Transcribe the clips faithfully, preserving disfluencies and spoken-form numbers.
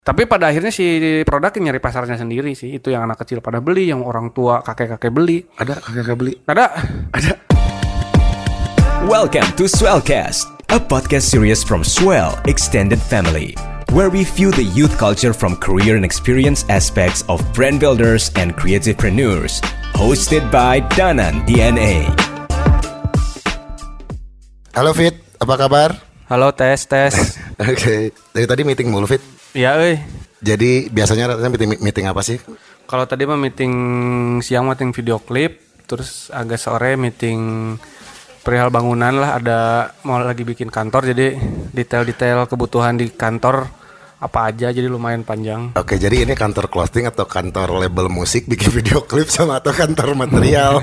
Tapi pada akhirnya si produk nyari pasarnya sendiri sih. Itu yang anak kecil pada beli, yang orang tua kakek-kakek beli. Ada kakek-kakek beli? Ada. Ada. Welcome to Swellcast, a podcast series from Swell Extended Family, where we view the youth culture from career and experience aspects of brand builders and creativepreneurs. Hosted by Danan D N A. Halo Fit, apa kabar? Halo, tes, tes. Oke, okay. Dari tadi meeting mulu Fit? Iya, euy. Jadi biasanya meeting, meeting apa sih? Kalau tadi mah meeting siang meeting video klip, terus agak sore meeting perihal bangunan lah, ada mau lagi bikin kantor, jadi detail-detail kebutuhan di kantor apa aja, jadi lumayan panjang. Oke, jadi ini kantor clothing atau kantor label musik bikin video klip sama atau kantor material?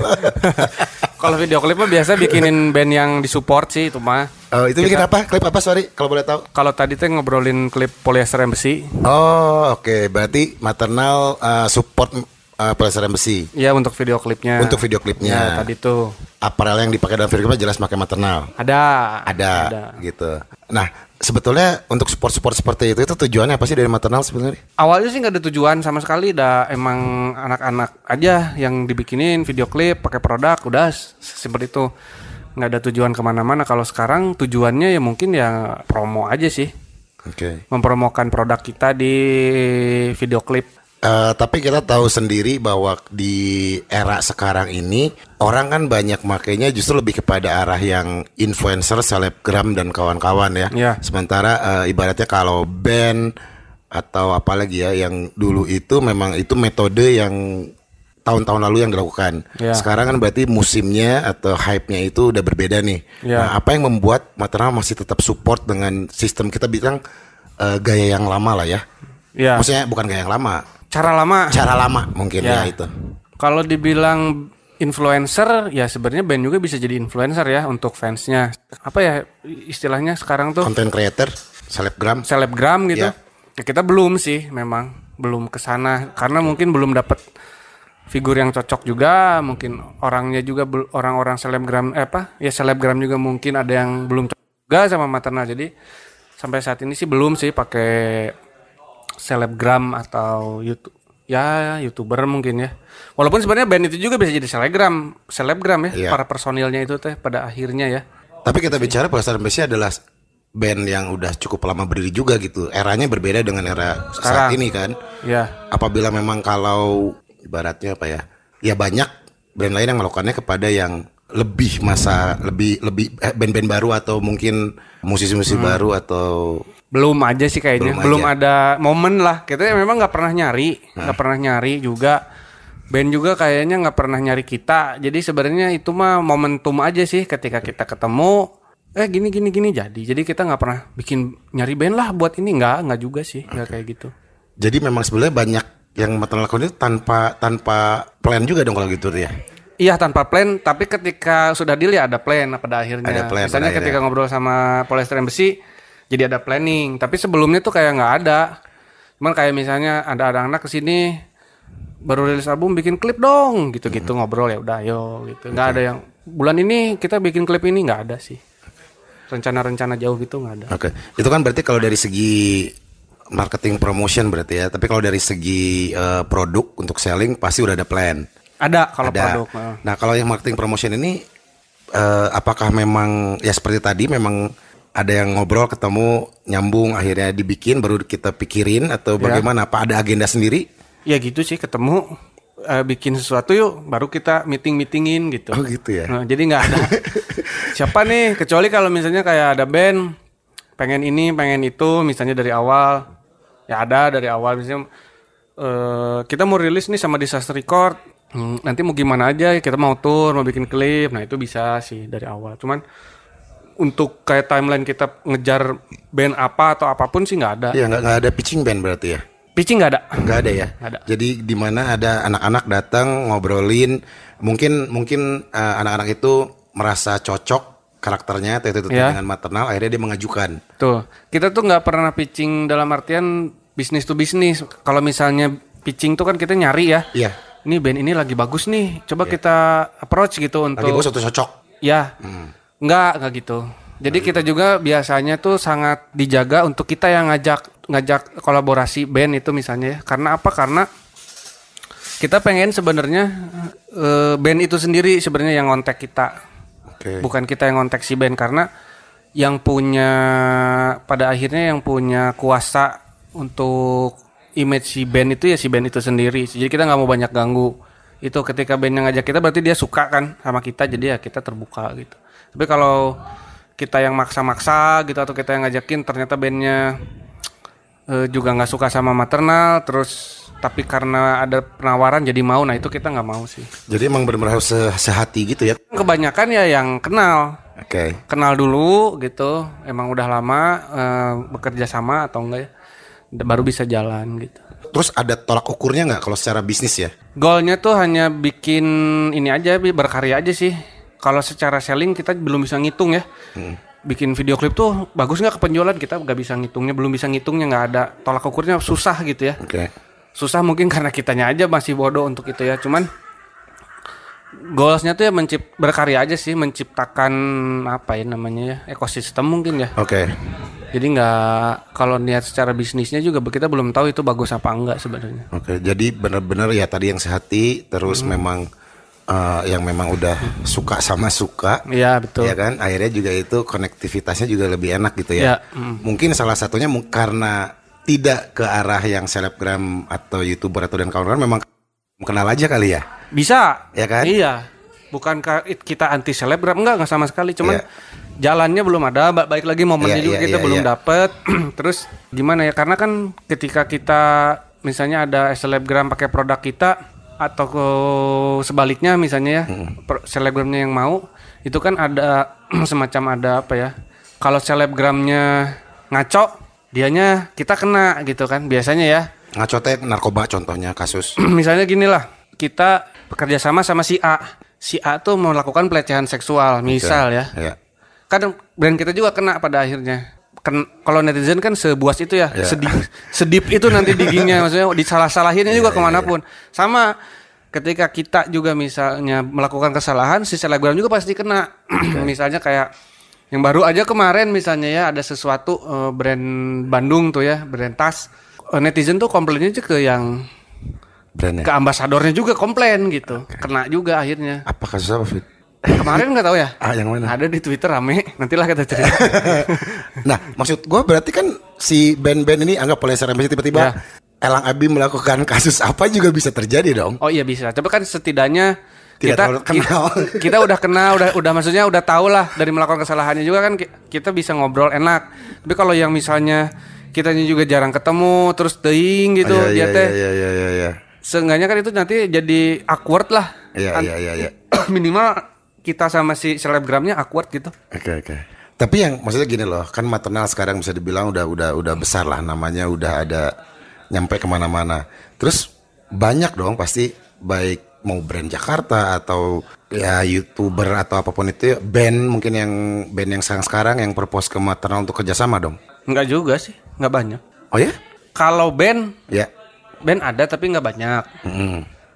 Kalau video klip mah biasa bikinin band yang disupport sih itu mah. Oh, itu bikin apa? Klip apa, sorry kalau boleh tahu? Kalau tadi tuh ngobrolin klip Polyester Embassy. Oh, oke, okay. Berarti maternal uh, support uh, Polyester Embassy. Iya, untuk video klipnya. Untuk video klipnya. Ya, tadi tuh. Apparel yang dipakai dalam video klipnya jelas pakai maternal. Ada. Ada. Ada. Gitu. Nah, sebetulnya untuk support-support seperti itu itu tujuannya apa sih dari maternal sebenarnya? Awalnya sih nggak ada tujuan sama sekali, dah emang anak-anak aja yang dibikinin video klip pakai produk, udah seperti itu, nggak ada tujuan kemana-mana. Kalau sekarang tujuannya ya mungkin ya promo aja sih. Oke. Okay. Mempromokan produk kita di video klip. Uh, tapi kita tahu sendiri bahwa di era sekarang ini orang kan banyak makainya justru lebih kepada arah yang influencer, selebgram dan kawan-kawan ya. Yeah. Sementara uh, ibaratnya kalau band atau apalagi ya yang dulu itu memang itu metode yang tahun-tahun lalu yang dilakukan. Yeah. Sekarang kan berarti musimnya atau hype-nya itu udah berbeda nih. Yeah. Nah, apa yang membuat maternal masih tetap support dengan sistem kita bilang uh, gaya yang lama lah ya? Yeah. Maksudnya bukan gaya yang lama. Cara lama. Cara lama mungkin ya, ya itu. Kalau dibilang influencer, ya sebenarnya band juga bisa jadi influencer ya untuk fansnya. Apa ya istilahnya sekarang tuh? Content creator, selebgram. Selebgram gitu. Ya. Ya, kita belum sih, memang belum kesana karena mungkin belum dapat figur yang cocok juga. Mungkin orangnya juga orang-orang selebgram, eh apa? Ya selebgram juga mungkin ada yang belum cocok juga sama maternal. Jadi sampai saat ini sih belum sih pakai selebgram atau YouTube ya YouTuber mungkin ya. Walaupun sebenarnya band itu juga bisa jadi selebgram, selebgram ya, yeah. Para personilnya itu teh pada akhirnya ya. Tapi kita bicara Polyester Embassy adalah band yang udah cukup lama berdiri juga gitu. Eranya berbeda dengan era sekarang, saat ini kan. Ya. Apabila memang kalau ibaratnya apa ya? Ya banyak band lain yang melakukannya kepada yang lebih masa lebih lebih eh, band-band baru atau mungkin musisi-musisi hmm. baru atau belum aja sih kayaknya, belum, belum ada momen lah. Kita memang nggak pernah nyari, nggak nah. pernah nyari juga. Band juga kayaknya nggak pernah nyari kita. Jadi sebenarnya itu mah momentum aja sih ketika kita ketemu. Eh gini gini gini jadi. Jadi kita nggak pernah bikin nyari band lah buat ini, nggak nggak juga sih, nggak okay. kayak gitu. Jadi memang sebenarnya banyak yang maternal lakukan itu tanpa tanpa plan juga dong kalau gitu ya. Iya tanpa plan, tapi ketika sudah deal ya ada plan pada akhirnya. Ada plan, misalnya ketika akhirnya ngobrol sama Polyester Embassy, jadi ada planning. Tapi sebelumnya tuh kayak nggak ada. Cuman kayak misalnya ada anak-anak kesini baru rilis album, bikin klip dong, gitu-gitu hmm. ngobrol ya udah yo gitu. Nggak okay. ada yang bulan ini kita bikin klip ini, nggak ada sih. Rencana-rencana jauh gitu nggak ada. Oke, okay. Itu kan berarti kalau dari segi marketing promotion berarti ya. Tapi kalau dari segi uh, produk untuk selling pasti udah ada plan. Ada kalau ada. produk. Nah kalau yang marketing promotion ini uh, apakah memang ya seperti tadi memang ada yang ngobrol ketemu nyambung akhirnya dibikin baru kita pikirin atau bagaimana? Ya. Apa ada agenda sendiri? Ya gitu sih, ketemu uh, bikin sesuatu yuk baru kita meeting-meetingin gitu. Oh gitu ya. Nah, jadi nggak ada siapa nih, kecuali kalau misalnya kayak ada band pengen ini pengen itu misalnya dari awal ya ada dari awal misalnya uh, kita mau rilis nih sama Disaster Record. Hmm, nanti mau gimana aja kita mau tour mau bikin klip, nah itu bisa sih dari awal. Cuman untuk kayak timeline kita ngejar band apa atau apapun sih nggak ada. Iya nggak nggak ada pitching band berarti ya? Pitching nggak ada. Nggak ada ya. Nggak ada. Jadi di mana ada anak-anak datang ngobrolin, mungkin mungkin uh, anak-anak itu merasa cocok karakternya itu ya. Dengan maternal, akhirnya dia mengajukan. Tuh kita tuh nggak pernah pitching dalam artian bisnis to bisnis. Kalau misalnya pitching tuh kan kita nyari ya. Iya. Ini band ini lagi bagus nih, coba yeah. kita approach gitu untuk. Lagi bagus atau cocok? Ya, hmm. enggak enggak gitu. Jadi kita juga biasanya tuh sangat dijaga untuk kita yang ngajak ngajak kolaborasi band itu misalnya ya. Karena apa? Karena kita pengen sebenarnya uh, band itu sendiri sebenarnya yang ngontek kita. Okay. Bukan kita yang ngontek si band, karena yang punya pada akhirnya yang punya kuasa untuk image si band itu ya si band itu sendiri. Jadi kita nggak mau banyak ganggu. Itu ketika band yang ngajak kita berarti dia suka kan sama kita, jadi ya kita terbuka gitu. Tapi kalau kita yang maksa-maksa gitu atau kita yang ngajakin ternyata bandnya e, juga nggak suka sama Maternal, terus tapi karena ada penawaran jadi mau, nah itu kita nggak mau sih. Jadi emang benar-benar harus se- sehati gitu ya? Kebanyakan ya yang kenal, okay. kenal dulu gitu, emang udah lama e, bekerja sama atau enggak ya, baru bisa jalan gitu. Terus ada tolak ukurnya nggak kalau secara bisnis ya? Goalnya tuh hanya bikin ini aja, berkarya aja sih. Kalau secara selling kita belum bisa ngitung ya. Hmm. Bikin video klip tuh bagus nggak ke penjualan, kita nggak bisa ngitungnya, belum bisa ngitungnya, nggak ada tolak ukurnya, susah gitu ya. Okay. Susah mungkin karena kitanya aja masih bodoh untuk itu ya. Cuman goalsnya tuh ya mencipt berkarya aja sih, menciptakan apa ya namanya ya, ekosistem mungkin ya. Oke. Okay. Jadi nggak, kalau niat secara bisnisnya juga kita belum tahu itu bagus apa enggak sebenarnya. Oke, okay, jadi benar-benar ya tadi yang sehati, terus hmm. memang uh, yang memang udah suka sama suka. Iya betul. Ya kan, akhirnya juga itu konektivitasnya juga lebih enak gitu ya. Ya mm. Mungkin salah satunya m- karena tidak ke arah yang selebgram atau youtuber atau dan kawan-kawan, memang kenal aja kali ya. Bisa. Ya kan? Iya. Bukan kita anti selebgram, enggak enggak sama sekali. Cuman ya. Jalannya belum ada, baik lagi momennya ya, juga ya, kita ya, belum ya. dapet. Terus gimana ya? Karena kan ketika kita misalnya ada selebgram pakai produk kita atau ke sebaliknya misalnya ya, hmm. selebgramnya yang mau, itu kan ada semacam ada apa ya? Kalau selebgramnya ngaco, dianya kita kena gitu kan biasanya ya. Ngaco teh narkoba contohnya kasus. Misalnya gini lah, kita bekerja sama sama si A. Si A tuh melakukan pelecehan seksual, misal ya. ya. Kadang brand kita juga kena pada akhirnya. Ken, kalau netizen kan sebuas itu ya, yeah. sedip, sedip itu nanti digingnya, maksudnya disalah-salahinnya juga yeah, kemanapun. Yeah, yeah. Sama ketika kita juga misalnya melakukan kesalahan, si selebgram juga pasti kena. Okay. Misalnya kayak yang baru aja kemarin misalnya ya, ada sesuatu uh, brand Bandung tuh ya, brand tas. Uh, netizen tuh komplainnya aja ke yang brandnya, ke ambasadornya juga komplain gitu. Okay. Kena juga akhirnya. Apa kasus apa, Fit? Kemarin nggak tahu ya? Ah, yang mana? Ada di Twitter rame. Nantilah kita cerita. Nah, maksud gue berarti kan si band-band ini anggap oleh serem tiba-tiba ya. Elang Abi melakukan kasus apa juga bisa terjadi dong. Oh iya bisa. Tapi kan setidaknya Tidak kita kenal. Kita, kita udah kenal, udah udah maksudnya udah tahu lah dari melakukan kesalahannya juga kan kita bisa ngobrol enak. Tapi kalau yang misalnya kitanya juga jarang ketemu terus teuing gitu, oh, iya, dia iya, teh. Iya iya iya iya. Seenggaknya kan itu nanti jadi awkward lah. Iya iya iya iya. Minimal kita sama si selebgramnya awkward gitu. Oke okay, oke. Okay. Tapi yang maksudnya gini loh, kan Maternal sekarang bisa dibilang udah udah udah besar lah namanya, udah ada nyampe kemana-mana. Terus banyak dong pasti, baik mau brand Jakarta atau ya youtuber atau apapun itu, band mungkin yang band yang sekarang sekarang yang propose ke Maternal untuk kerjasama dong. Enggak juga sih, enggak banyak. Oh ya? Kalau band, ya band ada tapi enggak banyak. Mm-hmm.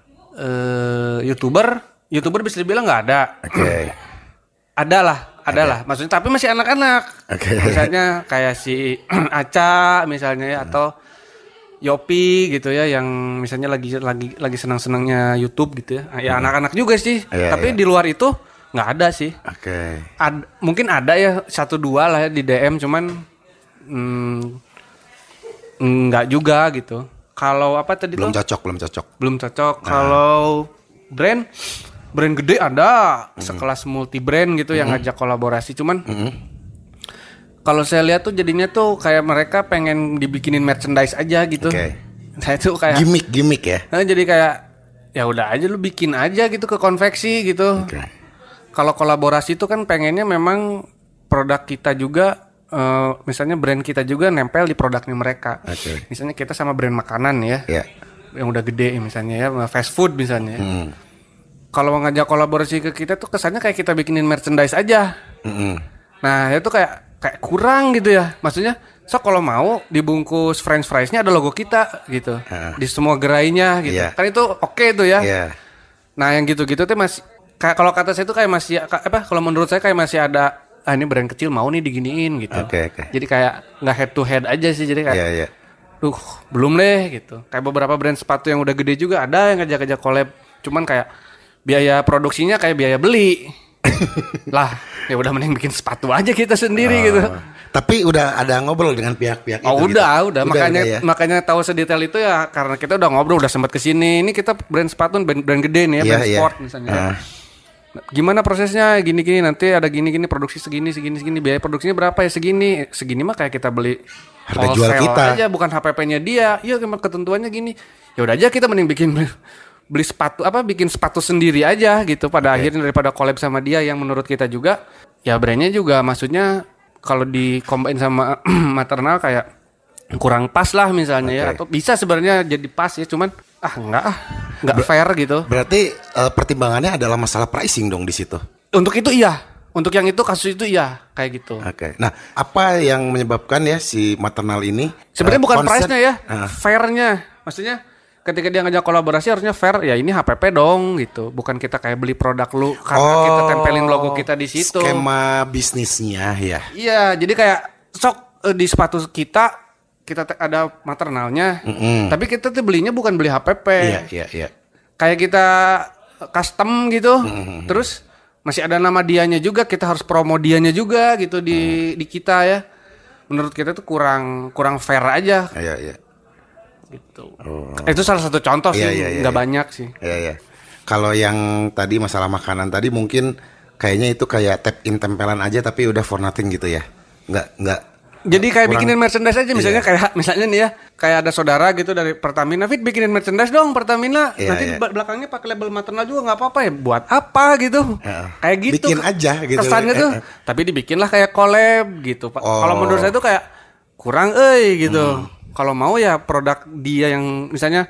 Uh, youtuber YouTuber bisa dibilang nggak ada. Oke. Okay. Ada lah, ada lah. Maksudnya tapi masih anak-anak. Oke. Okay. Misalnya kayak si Aca misalnya ya, atau Yopi gitu ya, yang misalnya lagi lagi lagi senang-senangnya YouTube gitu ya. Ya hmm. anak-anak juga sih. Yeah, tapi yeah. di luar itu nggak ada sih. Oke. Okay. Ad, mungkin ada ya satu dua lah ya di D M, cuman hmm, nggak juga gitu. Kalau apa tadi belum tuh? cocok, belum cocok. Belum cocok. Nah. Kalau brand brand gede ada mm-hmm. sekelas multi brand gitu mm-hmm. yang ngajak kolaborasi, cuman mm-hmm. kalau saya lihat tuh jadinya tuh kayak mereka pengen dibikinin merchandise aja gitu. Okay. Saya tuh kayak gimmick gimmick ya. Nah, jadi kayak ya udah aja lu bikin aja gitu ke konveksi gitu. Okay. Kalau kolaborasi tuh kan pengennya memang produk kita juga uh, misalnya brand kita juga nempel di produknya mereka. Okay. Misalnya kita sama brand makanan ya. Yeah. Yang udah gede misalnya ya, fast food misalnya. Hmm. Kalau ngajak kolaborasi ke kita tuh kesannya kayak kita bikinin merchandise aja. Hmm. Nah itu kayak kayak kurang gitu ya. Maksudnya, so kalau mau dibungkus French fries-nya ada logo kita gitu. Uh. Di semua gerainya gitu. Yeah. Kan itu oke okay tuh ya. Yeah. Nah yang gitu-gitu tuh masih kayak kalau kata saya tuh kayak masih apa? Kalau menurut saya kayak masih ada ah ini brand kecil mau nih diginiin gitu. Okay, okay. Jadi kayak nggak head to head aja sih. Jadi kayak. Yeah, yeah. duh belum deh gitu. Kayak beberapa brand sepatu yang udah gede juga ada yang ngajak-ngajak collab, cuman kayak biaya produksinya kayak biaya beli. Lah ya udah mending bikin sepatu aja kita sendiri oh. gitu. Tapi udah ada ngobrol dengan pihak-pihak oh, itu. udah, gitu. udah, udah. Makanya ya? makanya tahu sedetail itu ya karena kita udah ngobrol, udah sempat kesini. Ini kita brand sepatu, brand, brand gede nih ya, yeah, brand yeah. sport misalnya. Uh. Gimana prosesnya? Gini-gini nanti ada gini-gini produksi segini, segini, segini. Biaya produksinya berapa ya? Segini, segini mah kayak kita beli harga jual kita aja, bukan H P P-nya dia. Iya, ketentuannya gini. Ya udah aja kita mending bikin beli sepatu apa, bikin sepatu sendiri aja gitu. Pada okay. akhirnya daripada collab sama dia yang menurut kita juga, ya brandnya juga maksudnya. Kalau di combine sama maternal kayak kurang pas lah misalnya okay. ya, atau bisa sebenarnya jadi pas ya, cuman ah enggak ah enggak Ber- fair gitu. Berarti uh, pertimbangannya adalah masalah pricing dong di situ. Untuk itu iya, untuk yang itu kasus itu iya kayak gitu. Oke. Okay. Nah, apa yang menyebabkan ya si maternal ini? Sebenarnya uh, bukan concern, price-nya ya, uh. fairnya, maksudnya. Ketika dia ngajak kolaborasi harusnya fair, ya ini H P P dong gitu. Bukan kita kayak beli produk lu karena oh, kita tempelin logo kita di situ. Skema bisnisnya ya. Iya, jadi kayak sok uh, di sepatu kita kita te- ada maternalnya. Mm-hmm. Tapi kita tuh belinya bukan beli H P P. Iya, iya, iya. Kayak kita custom gitu. Mm-hmm. Terus masih ada nama dianya juga, kita harus promo dianya juga gitu di mm. di kita ya. Menurut kita tuh kurang kurang fair aja. Iya, iya. Gitu. Oh. Itu salah satu contoh sih, iya, iya, nggak iya. banyak sih. Iya, iya. Kalau yang tadi masalah makanan tadi mungkin kayaknya itu kayak tap in tempelan aja tapi udah for nothing gitu ya, nggak nggak. Jadi kayak kurang, bikinin merchandise aja misalnya iya. kayak misalnya nih ya, kayak ada saudara gitu dari Pertamina, Fit bikinin merchandise dong Pertamina, iya, nanti iya. belakangnya pakai label maternal juga nggak apa-apa ya, buat apa gitu, iya. kayak gitu. Bikin aja gitu. Kesannya tuh, tapi dibikinlah kayak collab gitu. Oh. Kalau menurut saya tuh kayak kurang, eh gitu. Hmm. Kalau mau ya produk dia yang misalnya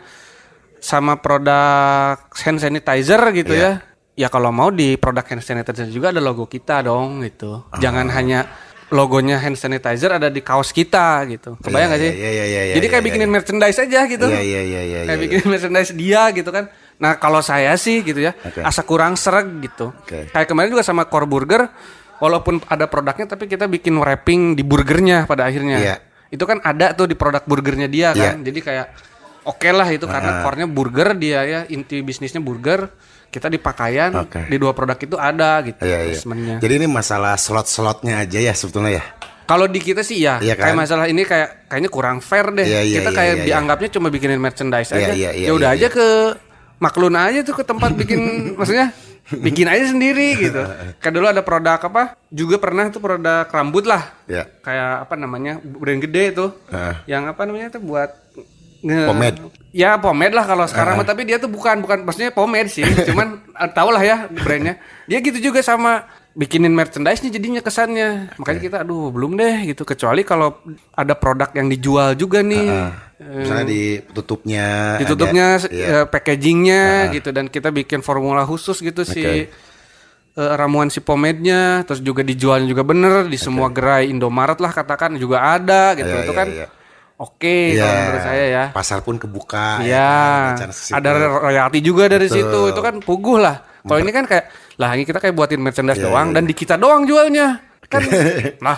sama produk hand sanitizer gitu yeah. ya. Ya kalau mau di produk hand sanitizer juga ada logo kita dong gitu. Oh. Jangan hanya logonya hand sanitizer ada di kaos kita gitu. Kebayang yeah, gak sih? Yeah, yeah, yeah, yeah, Jadi kayak yeah, bikinin yeah. merchandise aja gitu. Iya iya iya iya. Kayak bikinin merchandise dia gitu kan. Nah kalau saya sih gitu ya, okay. asa kurang sereg gitu. Okay. Kayak kemarin juga sama Core Burger, walaupun ada produknya tapi kita bikin wrapping di burgernya pada akhirnya. Yeah. Itu kan ada tuh di produk burgernya dia kan. Yeah. Jadi kayak oke okay lah itu karena uh. core-nya burger dia ya, inti bisnisnya burger. Kita di pakaian okay. di dua produk itu ada gitu. Yeah, yeah. Jadi ini masalah slot-slotnya aja ya sebetulnya ya. Kalau di kita sih ya, yeah, kan? Kayak masalah ini kayak kayaknya kurang fair deh. Yeah, yeah, kita yeah, kayak yeah, dianggapnya yeah. cuma bikinin merchandise aja. Yeah, yeah, yeah, ya udah yeah, aja yeah. ke Makluna aja tuh ke tempat bikin maksudnya bikin aja sendiri gitu. Kayak dulu ada produk apa? Juga pernah tuh produk rambut lah. Yeah. Kayak apa namanya? Brand gede tuh. Uh. Yang apa namanya tuh buat nge- pomade. Ya pomade lah kalau sekarang uh. tapi dia tuh bukan bukan maksudnya pomade sih. Cuman tau lah ya brandnya. Dia gitu juga sama bikinin merchandise-nya jadinya kesannya. Makanya kita aduh belum deh gitu, kecuali kalau ada produk yang dijual juga nih. Uh, uh. Misalnya di tutupnya ditutupnya ada, uh, iya. packagingnya uh. gitu, dan kita bikin formula khusus gitu okay. si uh, ramuan si pomade-nya, terus juga dijualnya juga bener di okay. semua gerai Indomaret lah katakan juga ada gitu. Iya, itu iya, kan iya. Oke okay, yeah. kalau menurut saya ya. Pasar pun kebuka. Iya. Ya, ada royalti juga dari Betul. situ. Itu kan puguh lah. Kalau ini kan kayak lah ini kita kayak buatin merchandise yeah, doang yeah. dan di kita doang jualnya. Kan lah.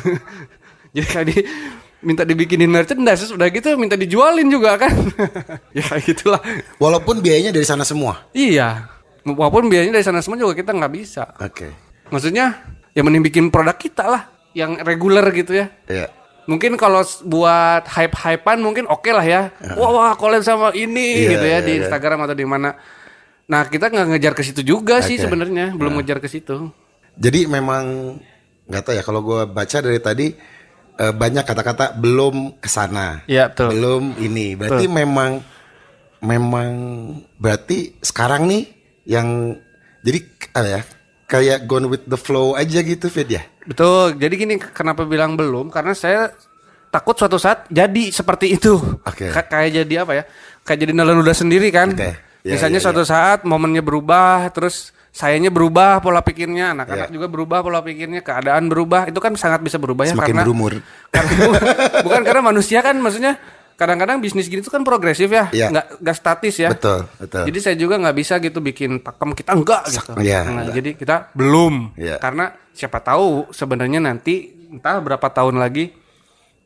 Jadi kayak di minta dibikinin merchandise sudah gitu minta dijualin juga kan. Ya kayak gitulah. Walaupun biayanya dari sana semua. Iya. Walaupun biayanya dari sana semua juga kita nggak bisa. Oke. Okay. Maksudnya ya mending bikin produk kita lah yang reguler gitu ya. Iya. Yeah. Mungkin kalau buat hype-hypean mungkin oke okay lah ya. Uh. Wah, wah collab sama ini yeah, gitu ya yeah, di Instagram yeah. atau di mana. Nah, kita nggak ngejar ke situ juga okay. sih sebenarnya, belum uh. ngejar ke situ. Jadi memang nggak tahu ya, kalau gue baca dari tadi uh, banyak kata-kata belum kesana. Iya, betul. Belum ini. Berarti betul. memang memang berarti sekarang nih yang jadi apa ya? Kayak gone with the flow aja gitu, Fit ya? Betul. Jadi gini, kenapa bilang belum? Karena saya takut suatu saat jadi seperti itu. Okay. K- kayak jadi apa ya? Kayak jadi nelen ludah sendiri kan. Okay. Ya, misalnya ya, suatu ya. saat momennya berubah, terus sayanya berubah pola pikirnya, anak-anak ya. juga berubah pola pikirnya, keadaan berubah. Itu kan sangat bisa berubah ya. Semakin karena berumur. Karena, bukan karena manusia kan maksudnya kadang-kadang bisnis gitu kan progresif ya, ya. Nggak, nggak statis ya. Betul, betul. Jadi saya juga nggak bisa gitu bikin pakem kita enggak gitu. Ya, nah, jadi kita belum, ya. Karena siapa tahu sebenarnya nanti entah berapa tahun lagi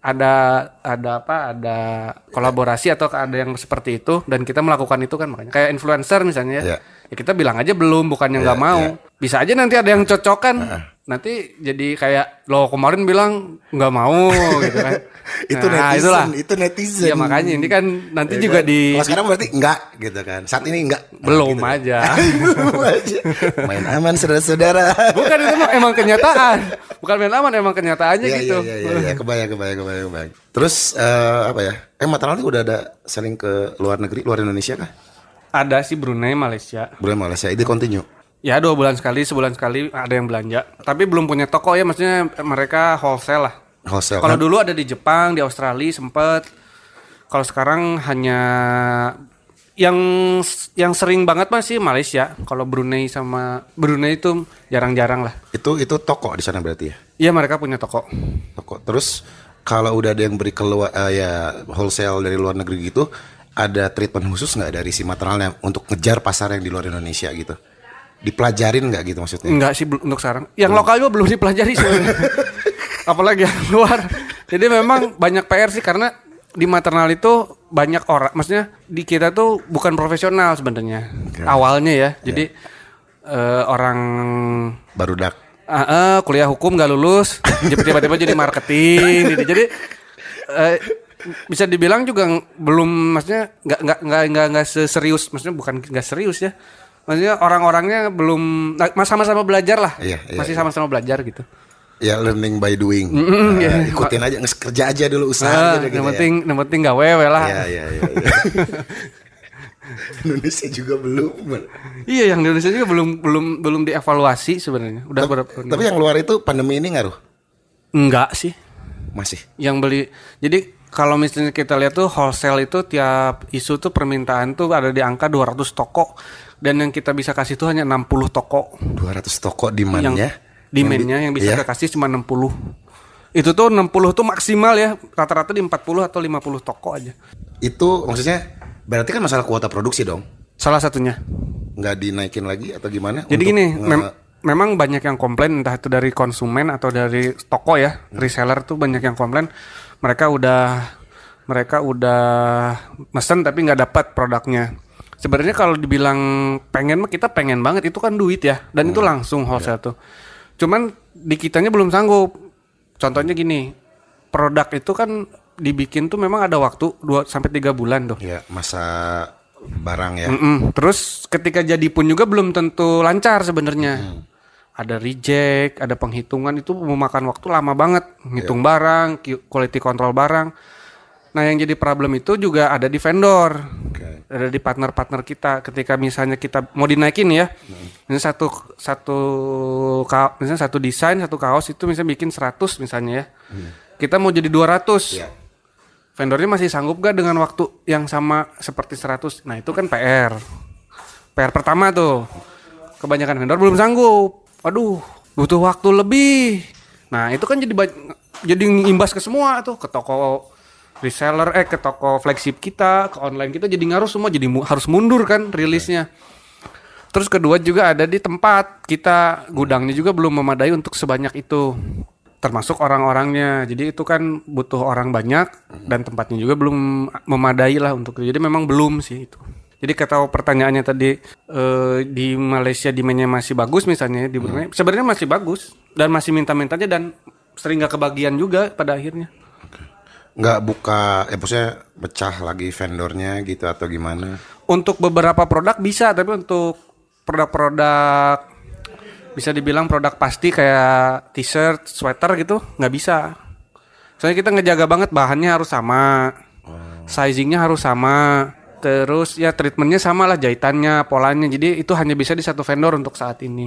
ada ada apa ada kolaborasi atau ada yang seperti itu dan kita melakukan itu kan, makanya kayak influencer misalnya ya, Yeah. ya kita bilang aja belum, bukannya nggak Yeah, mau, yeah. bisa aja nanti ada yang cocokan, Uh-uh. nanti jadi kayak lo kemarin bilang nggak mau gitu kan. Itu Nah, netizen, itulah. itu netizen. Ya makanya ini kan nanti Ya juga kan? di Kalau sekarang berarti enggak gitu kan. Saat ini enggak. Nah, belum gitu. aja. Belum aja. Main aman saudara-saudara. Bukan, itu mah emang kenyataan. Bukan main aman, emang kenyataannya Iya, gitu. iya, iya, iya, iya. Kebayang, kebayang, kebayang, kebayang. Terus eh, apa ya? Eh Maternal udah ada selling ke luar negeri, luar Indonesia kah? Ada sih Brunei, Malaysia. Brunei, Malaysia. Itu continue. Ya dua bulan sekali, sebulan sekali ada yang belanja. Tapi belum punya toko ya, maksudnya mereka wholesale lah. Wholesale. Kalau kan? dulu ada di Jepang, di Australia sempet. Kalau sekarang hanya yang yang sering banget masih Malaysia. Kalau Brunei sama Brunei itu jarang-jarang lah. Itu itu toko di sana berarti ya. Iya, mereka punya toko. Toko. Terus kalau udah ada yang beri keluar eh, ya wholesale dari luar negeri gitu, ada treatment khusus nggak dari si Maternalnya untuk ngejar pasar yang di luar Indonesia gitu? Dipelajarin nggak gitu maksudnya? Enggak sih belum- untuk sekarang. Yang lokal juga belum dipelajari sebenarnya. Apalagi yang luar. Jadi memang banyak P R sih, karena di maternal itu banyak orang, maksudnya di kita tuh bukan profesional sebenarnya. Okay. Awalnya ya. Jadi eh, orang Barudak. ah, eh, kuliah hukum gak lulus, tiba-tiba jadi marketing gitu. Jadi eh, bisa dibilang juga ng- belum, maksudnya nggak nggak nggak nggak nggak seserius, maksudnya bukan nggak serius ya. Maksudnya orang-orangnya belum nah, sama-sama belajar lah. Iya, iya, Masih iya. sama-sama belajar gitu. Ya learning by doing. Mm-mm, Nah, iya. ikutin aja, nges- kerja aja dulu, usaha Ah, aja gitu yang ya. penting yang penting nggak wewe lah. Iya, iya, iya. iya. Indonesia juga belum. Iya, yang di Indonesia juga belum belum belum dievaluasi sebenarnya. Udah berapa? Tapi yang luar itu pandemi ini ngaruh? Enggak sih. Masih. Yang beli. Jadi kalau misalnya kita lihat tuh wholesale itu tiap isu tuh permintaan tuh ada di angka dua ratus toko, dan yang kita bisa kasih tuh hanya enam puluh toko. dua ratus toko Yang demand-nya. demand-nya yang bisa Iya. kita kasih cuma enam puluh. Itu tuh enam puluh tuh maksimal ya. Rata-rata di empat puluh atau lima puluh toko aja. Itu maksudnya berarti kan masalah kuota produksi dong. Salah satunya. Nggak dinaikin lagi atau gimana? Jadi untuk gini, nge- mem- memang banyak yang komplain, entah itu dari konsumen atau dari toko ya, reseller tuh banyak yang komplain. Mereka udah mereka udah mesen tapi nggak dapat produknya. Sebenarnya kalau dibilang pengen mah kita pengen banget, itu kan duit ya, dan itu langsung wholesale tuh. Cuman di kitanya belum sanggup. Contohnya gini, produk itu kan dibikin tuh memang ada waktu dua sampai tiga bulan tuh. Ya masa barang ya. Mm-mm. Terus ketika jadi pun juga belum tentu lancar sebenarnya. Ada reject, ada penghitungan, itu memakan waktu lama banget. Ngitung barang, ki- quality control barang. Nah yang jadi problem itu juga ada di vendor. Oke. Ada di partner-partner kita. Ketika misalnya kita mau dinaikin ya. Misalnya satu satu ka- misalnya satu desain, satu kaos itu misalnya bikin seratus misalnya ya. Kita mau jadi dua ratus. Iya. Vendornya masih sanggup gak dengan waktu yang sama seperti seratus? Nah itu kan P R. P R pertama tuh. Kebanyakan vendor belum sanggup. Aduh, butuh waktu lebih. Nah itu kan jadi ba- jadi imbas ke semua tuh. Ke toko reseller, eh ke toko flagship kita, ke online kita jadi ngaruh semua. Jadi mu- harus mundur kan rilisnya. Terus kedua juga ada di tempat. Kita gudangnya juga belum memadai untuk sebanyak itu. Termasuk orang-orangnya. Jadi itu kan butuh orang banyak dan tempatnya juga belum memadai lah untuk itu. Jadi memang belum sih itu. Jadi kata pertanyaannya tadi eh, di Malaysia demandnya masih bagus misalnya di Brunei, sebenarnya masih bagus dan masih minta-mintanya dan sering gak kebagian juga pada akhirnya. Nggak buka, ya maksudnya pecah lagi vendornya gitu atau gimana? Untuk beberapa produk bisa, tapi untuk produk-produk bisa dibilang produk pasti kayak t-shirt, sweater gitu nggak bisa. Soalnya kita ngejaga banget bahannya harus sama, sizingnya harus sama, terus ya treatmentnya sama lah, jahitannya, polanya. Jadi itu hanya bisa di satu vendor untuk saat ini.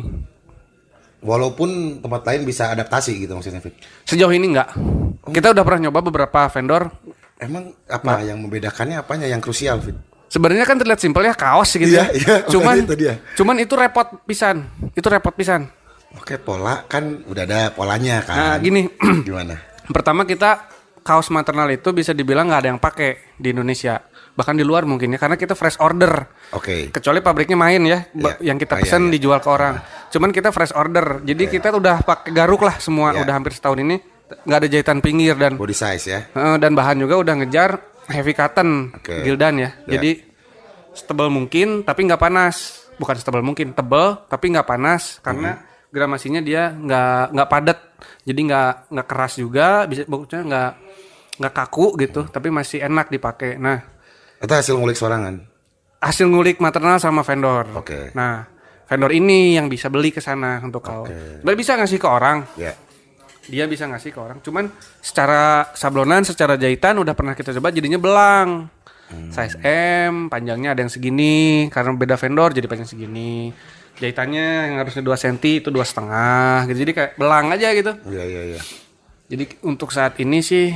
Walaupun tempat lain bisa adaptasi gitu maksudnya, Fit. Sejauh ini nggak. Kita udah pernah nyoba beberapa vendor. Emang apa yang membedakannya, apanya yang krusial, Fit? Sebenarnya kan terlihat simpel ya, kaos gitu Iya, ya. iya, cuman makanya itu dia. cuman itu repot pisan. Itu repot pisan. Oke, pola kan udah ada polanya kan. Nah, gini. Gimana? Pertama kita kaos maternal itu bisa dibilang nggak ada yang pakai di Indonesia, bahkan di luar mungkin ya, karena kita fresh order. Oke. Kecuali pabriknya main ya, ba- Iya. yang kita Ah, iya, pesen iya. dijual ke orang. Cuman kita fresh order, jadi kita udah pakai garuk lah semua, Iya. udah hampir setahun ini nggak ada jahitan pinggir dan body size ya. Uh, dan bahan juga udah ngejar heavy cotton okay. Gildan ya. Yeah. Jadi setebal mungkin tapi nggak panas. Bukan setebal mungkin, tebal tapi nggak panas karena mm-hmm. gramasinya dia nggak nggak padat. Jadi nggak nggak keras juga, bisa maksudnya nggak nggak kaku gitu, mm. tapi masih enak dipakai. Nah, itu hasil ngulik sorangan. Hasil ngulik maternal sama vendor. Oke. Okay. Nah, vendor ini yang bisa beli ke sana untuk kau. Okay. Dia bisa ngasih ke orang. Yeah. Dia bisa ngasih ke orang. Cuman secara sablonan, secara jahitan udah pernah kita coba jadinya belang. Hmm. Size M, panjangnya ada yang segini. Karena beda vendor jadi panjang segini. Jahitannya yang harusnya dua sentimeter itu dua setengah gitu. Jadi kayak belang aja gitu. Iya, iya, iya. Jadi untuk saat ini sih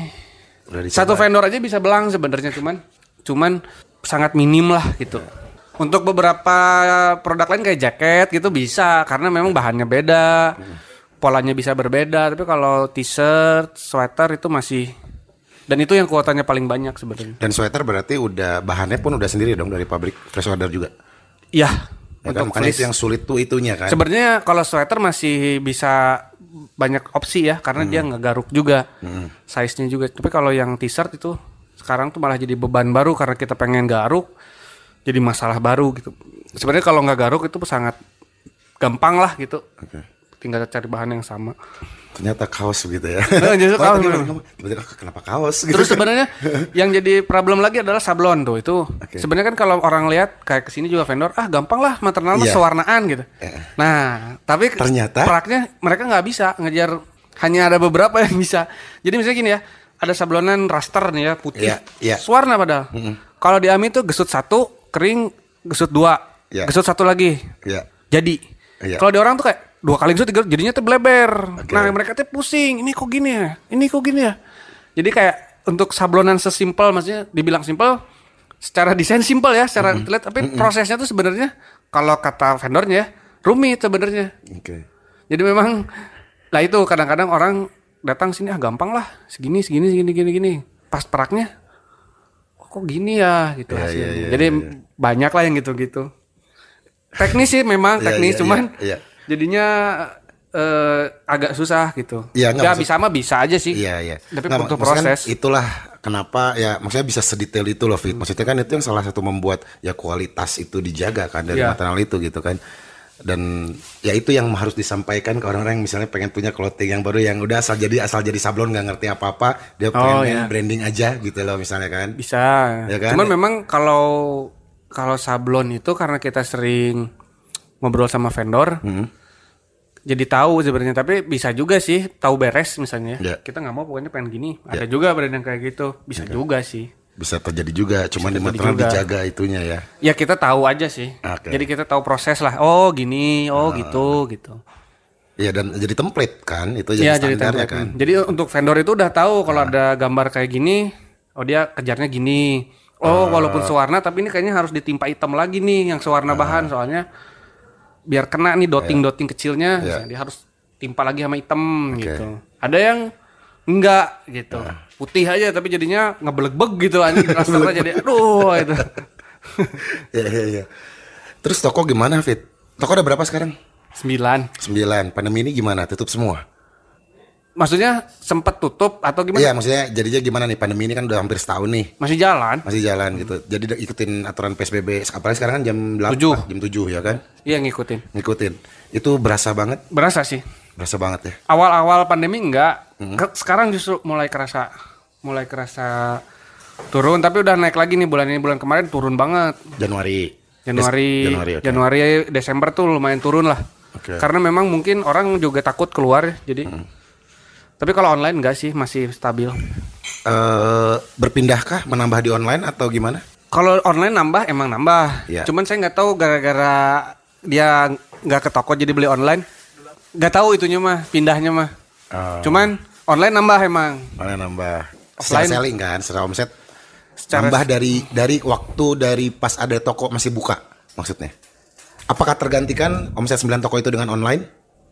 satu vendor aja bisa belang sebenarnya, cuman cuman sangat minim lah gitu. Untuk beberapa produk lain kayak jaket gitu bisa karena memang bahannya beda, polanya bisa berbeda. Tapi kalau t-shirt, sweater itu masih, dan itu yang kuotanya paling banyak sebenarnya. Dan sweater berarti udah bahannya pun udah sendiri dong dari pabrik fresh order juga. Iya. Ya kan, makanya itu yang sulit tuh itunya kan. Sebenarnya kalau sweater masih bisa banyak opsi ya karena hmm. dia nggak garuk juga, hmm. size-nya juga. Tapi kalau yang t-shirt itu sekarang tuh malah jadi beban baru karena kita pengen garuk, jadi masalah baru gitu. Sebenarnya kalau nggak garuk itu sangat gampang lah gitu. Okay. Tinggal cari bahan yang sama. Ternyata kaos begitu ya. Nah, jadi kaos. Kenapa kaos gitu? Terus sebenarnya yang jadi problem lagi adalah sablon tuh itu. Okay. Sebenarnya kan kalau orang lihat kayak kesini juga vendor, ah gampang lah maternal mah yeah. sewarnaan gitu. Yeah. Nah, tapi ternyata praknya mereka nggak bisa ngejar, hanya ada beberapa yang bisa. Jadi misalnya gini ya, ada sablonan raster nih ya putih, yeah. Yeah. Sewarna padahal. Mm-hmm. Kalau di Ami tuh gesut satu, kering gesut dua, yeah. gesut satu lagi, yeah. jadi. Yeah. Kalau di orang tuh kayak dua kali gesut tiga, jadinya tuh bleber. Okay. Nah mereka tuh pusing, ini kok gini ya, ini kok gini ya. Jadi kayak untuk sablonan sesimpel, maksudnya dibilang simpel, secara desain simpel ya, secara mm-hmm. terlihat, tapi mm-hmm. prosesnya tuh sebenarnya kalau kata vendornya rumit sebenarnya. Okay. Jadi memang, lah itu kadang-kadang orang datang sini ah gampang lah, segini segini segini gini gini. Pas peraknya, oh, kok gini ya gitu yeah, hasilnya. Yeah, yeah, Jadi yeah, yeah. banyak lah yang gitu-gitu. Teknis sih memang teknis, yeah, yeah, cuman yeah, yeah. jadinya uh, agak susah gitu. Ya, ya bisa mah bisa aja sih. Iya, iya. Tapi nggak, butuh proses. Kan itulah kenapa ya maksudnya bisa sedetail itu loh Fit. Maksudnya kan itu yang salah satu membuat ya kualitas itu dijaga kan dari ya. maternal itu gitu kan. Dan ya itu yang harus disampaikan ke orang-orang yang misalnya pengen punya clothing yang baru yang udah asal jadi asal jadi sablon nggak ngerti apa-apa, dia pengen oh, ya. branding aja gitu loh misalnya kan. Bisa. Ya kan? Cuman memang kalau kalau sablon itu karena kita sering ngobrol sama vendor. Hmm. Jadi tahu sebenarnya, tapi bisa juga sih tahu beres misalnya. Yeah. Kita nggak mau pokoknya pengen gini. Ada yeah. juga brand yang kayak gitu, bisa okay. juga sih. Bisa terjadi juga, cuman di maternal dijaga itunya ya. Ya kita tahu aja sih. Okay. Jadi kita tahu proses lah. Oh gini, oh uh. gitu gitu. Iya dan jadi template kan, itu jadi ya, standarnya jadi kan. Jadi untuk vendor itu udah tahu kalau uh. ada gambar kayak gini, oh dia kejarnya gini. Oh uh. walaupun sewarna, tapi ini kayaknya harus ditimpa hitam lagi nih yang sewarna uh. bahan soalnya. Biar kena nih doting-doting yeah. kecilnya, yeah. dia harus timpa lagi sama hitam okay. gitu. Ada yang enggak gitu, yeah. putih aja tapi jadinya ngebeleg-beg gitu anjing rasternya jadi aduh itu. Iya iya iya. Terus toko gimana Fit? Toko ada berapa sekarang? Sembilan. Sembilan. Pandemi ini gimana? Tutup semua? Maksudnya sempat tutup atau gimana? Iya maksudnya jadinya gimana nih, pandemi ini kan udah hampir setahun nih. Masih jalan. Masih jalan gitu. Jadi ikutin aturan P S B B. Apalagi sekarang kan jam delapan, tujuh. Jam tujuh ya kan? Iya ngikutin. Ngikutin. Itu berasa banget? Berasa sih. Berasa banget ya. Awal-awal pandemi enggak. Hmm. Sekarang justru mulai kerasa mulai kerasa turun, tapi udah naik lagi nih bulan ini, bulan kemarin turun banget. Januari. Januari. Des- Januari, okay. Januari Desember tuh lumayan turun lah. Okay. Karena memang mungkin orang juga takut keluar jadi hmm. Tapi kalau online enggak sih, masih stabil. Uh, berpindahkah menambah di online atau gimana? Kalau online nambah emang nambah. Yeah. Cuman saya nggak tahu gara-gara dia nggak ke toko jadi beli online. Nggak tahu itunya mah, pindahnya mah. Uh. Cuman online nambah emang. Online nambah. Secara selling kan, secara omset. Secara nambah dari dari waktu dari pas ada toko masih buka maksudnya. Apakah tergantikan omset sembilan toko itu dengan online?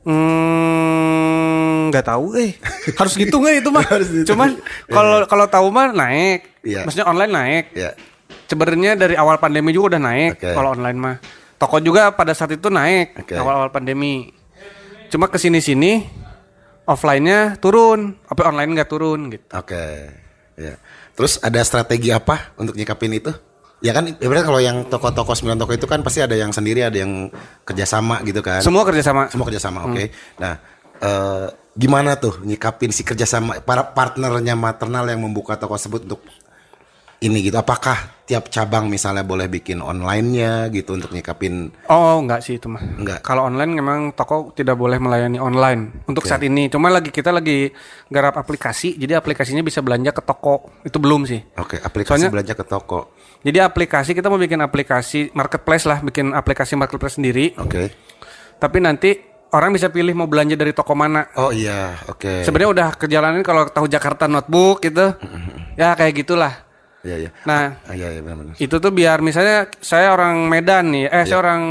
Hmm, nggak tahu eh harus gitu nggak itu mah cuman kalau kalau tahu mah naik yeah. Maksudnya online naik yeah. Sebenarnya dari awal pandemi juga udah naik okay. Kalau online mah toko juga pada saat itu naik okay. Awal-awal pandemi cuma kesini sini offline-nya turun, tapi online nggak turun gitu. Oke. Ya. Terus ada strategi apa untuk nyikapin itu? Ya kan, ibaratnya kalau yang toko-toko sembilan toko itu kan pasti ada yang sendiri, ada yang kerjasama gitu kan. Semua kerjasama. Semua kerjasama, oke. Okay. Hmm. Nah, eh, gimana tuh nyikapin si kerjasama para partnernya maternal yang membuka toko tersebut untuk ini gitu? Apakah tiap cabang misalnya boleh bikin online-nya gitu untuk nyikapin? Oh, enggak sih itu mah. Enggak. Kalau online memang toko tidak boleh melayani online untuk okay. saat ini. Cuma lagi kita lagi garap aplikasi, jadi aplikasinya bisa belanja ke toko. Itu belum sih. Oke, okay, aplikasi Soalnya, belanja ke toko. Jadi aplikasi kita mau bikin aplikasi marketplace lah, bikin aplikasi marketplace sendiri. Oke. Okay. Tapi nanti orang bisa pilih mau belanja dari toko mana. Oh iya, oke. Okay. Sebenarnya udah kejalanin kalau tahu Jakarta Notebook gitu. Ya kayak gitulah. Iya, iya. Nah, ah, iya, iya, benar-benar. Itu tuh biar misalnya saya orang Medan nih, eh ya. saya orang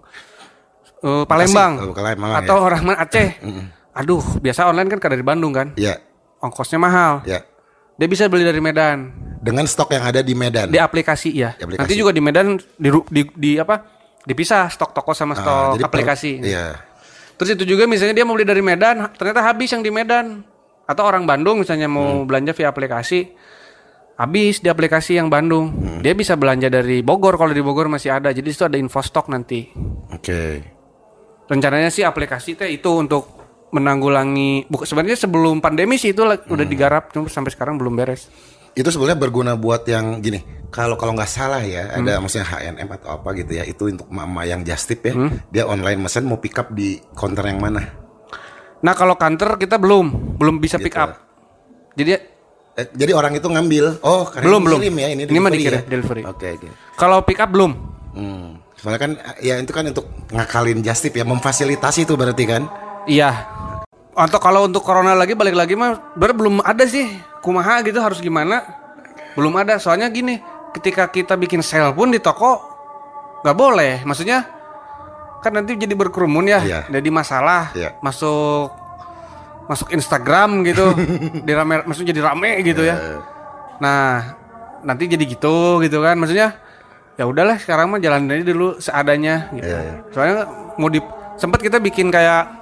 uh, Palembang oh, Palembang atau ya. orang mana Aceh. Aduh, biasa online kan dari Bandung kan? Iya. Ongkosnya mahal. Iya. Dia bisa beli dari Medan. Dengan stok yang ada di Medan. Di aplikasi ya. Di aplikasi. Nanti juga di Medan di, di, di apa? Dipisah stok toko sama stok ah, aplikasi. Per, iya. Terus itu juga misalnya dia mau beli dari Medan, ternyata habis yang di Medan. Atau orang Bandung misalnya mau hmm. belanja via aplikasi, habis di aplikasi yang Bandung. Hmm. Dia bisa belanja dari Bogor, kalau di Bogor masih ada. Jadi itu ada info stok nanti. Oke. Okay. Rencananya sih aplikasi teh itu untuk menanggulangi. Sebenarnya sebelum pandemi sih itu hmm. udah digarap, cuma sampai sekarang belum beres. Itu sebenarnya berguna buat yang gini. Kalau kalau nggak salah ya, hmm. ada maksudnya H and M atau apa gitu ya. Itu untuk mama yang just tip ya. Hmm. Dia online mesen mau pick up di counter yang mana? Nah kalau counter kita belum belum bisa gitu. Pick up. Jadi eh, jadi orang itu ngambil. Oh, karena belum belum. Ya, ini ini mah dikirim ya? delivery. Oke okay, oke. Okay. Kalau pick up belum. Hmm. Soalnya kan ya itu kan untuk ngakalin just tip ya, memfasilitasi itu berarti kan? Iya. Atau kalau untuk corona lagi balik lagi mah bener belum ada sih. Kumaha gitu harus gimana? Belum ada. Soalnya gini, ketika kita bikin sale pun di toko nggak boleh. Maksudnya kan nanti jadi berkerumun ya. Iya. Jadi masalah. Iya. Masuk masuk Instagram gitu. dirame, maksudnya jadi rame gitu ya. Iya. Nah, nanti jadi gitu gitu kan. Maksudnya ya udahlah sekarang mah jalan aja dulu seadanya gitu. Iya, iya. Soalnya mau di sempat kita bikin kayak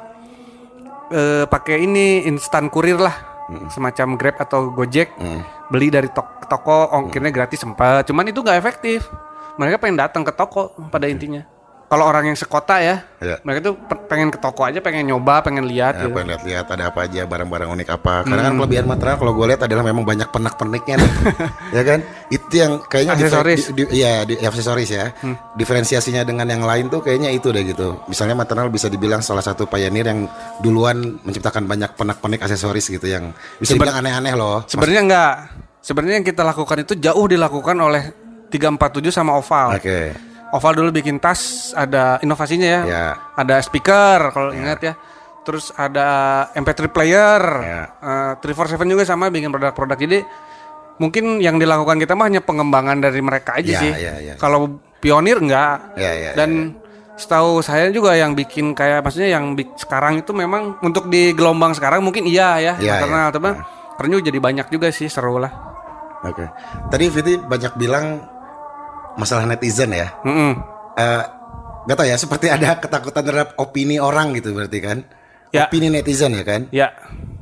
Uh, pakai ini instan kurir lah, mm. semacam Grab atau Gojek, mm. beli dari to- toko ongkirnya mm. gratis sempat, cuman itu nggak efektif. Mereka pengen datang ke toko pada mm. intinya. Kalau orang yang sekota ya, yeah. mereka tuh pengen ke toko aja, pengen nyoba, pengen lihat. Ya, gitu. Pengen lihat-lihat ada apa aja, barang-barang unik apa. Karena hmm. kan kelebihan material kalau gue lihat adalah memang banyak pernak-perniknya, ya kan? Itu yang kayaknya aksesoris. Di, di, ya, di aksesoris ya. Hmm. Diferensiasinya dengan yang lain tuh kayaknya itu deh gitu. Misalnya material bisa dibilang salah satu pioneer yang duluan menciptakan banyak pernak-pernik aksesoris gitu yang bisa Seben- dibilang aneh-aneh loh. Sebenarnya enggak. Sebenarnya yang kita lakukan itu jauh dilakukan oleh tiga empat tujuh sama Oval. Oke. Okay. Oval dulu bikin tas, ada inovasinya ya, ya. Ada speaker kalau ya. Ingat ya, terus ada M P tiga player, ya. uh, tiga empat tujuh juga sama bikin produk-produk. Jadi mungkin yang dilakukan kita mah hanya pengembangan dari mereka aja ya, sih. Ya, ya. Kalau pionir enggak. Ya, ya, Dan ya, ya. Setahu saya juga yang bikin kayak maksudnya yang bik- sekarang itu memang untuk di gelombang sekarang mungkin iya ya, ya karena ya. teman ya. Karena jadi banyak juga sih, seru lah. Oke. Okay. Tadi Viti banyak bilang masalah netizen ya. Mm-mm. Uh, gak tau ya, seperti ada ketakutan terhadap opini orang gitu berarti kan? Ya. Opini netizen ya kan? Ya.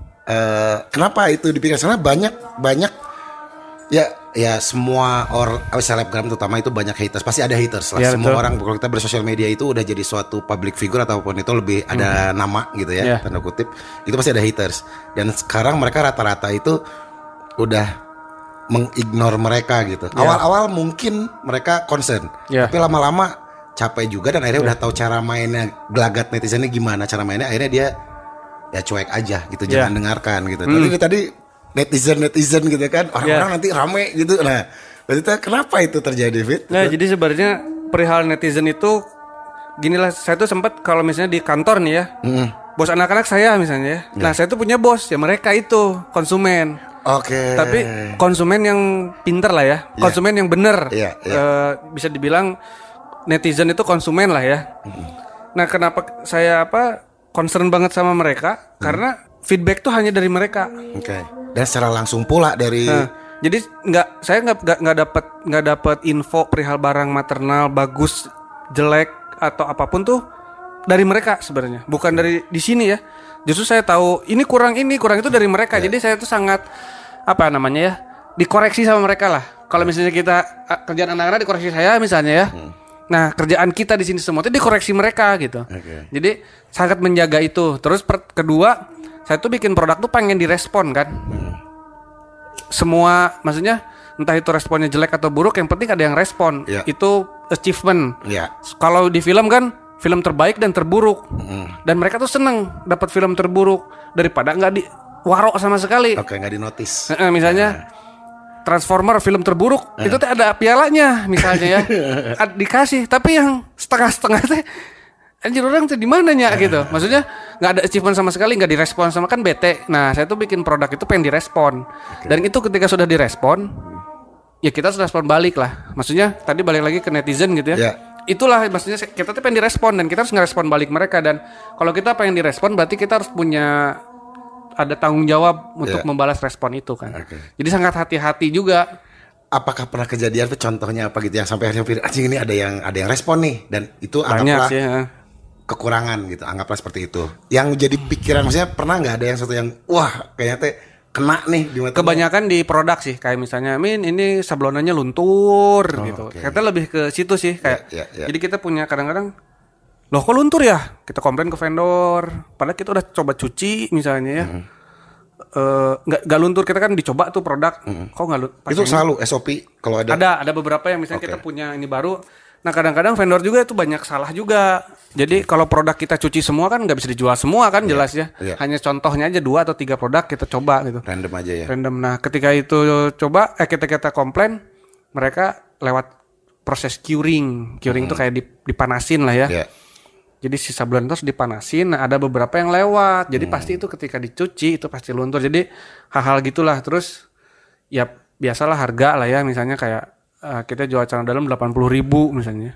Uh, kenapa itu dipikir? Karena banyak banyak ya ya semua orang selebgram terutama itu banyak haters, pasti ada haters lah. Ya, semua betul. Orang kalau kita bersosial media itu udah jadi suatu public figure ataupun itu lebih hmm. ada nama gitu ya, ya, tanda kutip, itu pasti ada haters. Dan sekarang mereka rata-rata itu udah mengignore mereka gitu. Yeah. Awal-awal mungkin mereka concern, yeah. tapi lama-lama capek juga dan akhirnya yeah. udah tahu cara mainnya, gelagat netizennya gimana cara mainnya, akhirnya dia ya cuek aja gitu, yeah. jangan dengarkan gitu. Mm. Tadi tadi netizen-netizen gitu kan, orang-orang yeah. nanti rame gitu. Nah, berarti kenapa itu terjadi, Fit? Nah, jadi sebenarnya perihal netizen itu ginilah, saya tuh sempat kalau misalnya di kantor nih ya, mm. bos anak-anak saya misalnya ya. Yeah. Nah, saya tuh punya bos ya, mereka itu konsumen. Oke. Okay. Tapi konsumen yang pinter lah ya, konsumen yeah. yang bener. Yeah, yeah. Uh, bisa dibilang netizen itu konsumen lah ya. Mm. Nah, kenapa saya apa concern banget sama mereka? Mm. Karena feedback tuh hanya dari mereka. Oke. Okay. Dan secara langsung pula dari. Nah, jadi nggak, saya nggak nggak nggak dapat nggak dapat info perihal barang maternal bagus, jelek atau apapun tuh dari mereka sebenarnya, bukan dari di sini ya. Justru saya tahu ini kurang ini kurang itu dari mereka. Yeah. Jadi saya tuh sangat apa namanya ya, dikoreksi sama mereka lah. Kalau misalnya kita kerjaan anak-anak dikoreksi saya misalnya ya. Hmm. Nah kerjaan kita di sini semua itu dikoreksi mereka gitu. Okay. Jadi sangat menjaga itu. Terus per, kedua saya tuh bikin produk tuh pengen direspon kan. Hmm. Semua maksudnya entah itu responnya jelek atau buruk, yang penting ada yang respon. Yeah. Itu achievement. Yeah. Kalau di film kan film terbaik dan terburuk. Mm. Dan mereka tuh seneng dapat film terburuk daripada nggak di warok sama sekali. Oke, okay, nggak di notice. E-e, misalnya yeah. Transformer film terburuk yeah. itu tuh ada pialanya misalnya ya. Dikasih, tapi yang setengah-setengah teh anjir orang tuh di mananya yeah. gitu. Maksudnya nggak ada achievement sama sekali, nggak direspon sama, kan bete. Nah saya tuh bikin produk itu pengen direspon. Okay. Dan itu ketika sudah direspon, ya kita harus respon balik lah. Maksudnya tadi balik lagi ke netizen gitu ya. Yeah. Itulah maksudnya kita tuh pengen direspon dan kita harus ngerespon balik mereka. Dan kalau kita pengen direspon berarti kita harus punya ada tanggung jawab untuk yeah. membalas respon itu kan. Okay. Jadi sangat hati-hati juga. Apakah pernah kejadian tuh contohnya apa gitu yang sampai akhirnya pikir anjing ini ada yang ada yang respon nih, dan itu anggaplah sih, ya. kekurangan gitu, anggaplah seperti itu. Yang jadi pikiran maksudnya pernah nggak ada yang satu yang wah kayaknya teh kena nih di mata. Kebanyakan di produk sih, kayak misalnya Min ini sablonannya luntur oh, gitu. Okay. Kita lebih ke situ sih kayak. Yeah, yeah, yeah. Jadi kita punya kadang-kadang loh kok luntur ya? Kita komplain ke vendor. Padahal kita udah coba cuci misalnya ya. Mm-hmm. Uh, nggak nggak luntur, kita kan dicoba tuh produk. Mm-hmm. Kok nggak luntur? Itu selalu S O P kalau ada. Ada ada beberapa yang misalnya okay. kita punya ini baru. Nah kadang-kadang vendor juga itu banyak salah juga. Jadi kalau produk kita cuci semua kan nggak bisa dijual semua kan, jelas ya. Yeah. Hanya contohnya aja dua atau tiga produk kita coba gitu. Random aja ya. Random. Nah ketika itu coba, eh kita kita komplain, mereka lewat proses curing. Curing itu hmm. kayak dipanasin lah ya. Yeah. Jadi si sablon terus dipanasin. Nah ada beberapa yang lewat. Jadi hmm. pasti itu ketika dicuci itu pasti luntur. Jadi hal-hal gitulah. Terus ya biasalah harga lah ya. Misalnya kayak Uh, kita jual celana dalam delapan puluh ribu misalnya.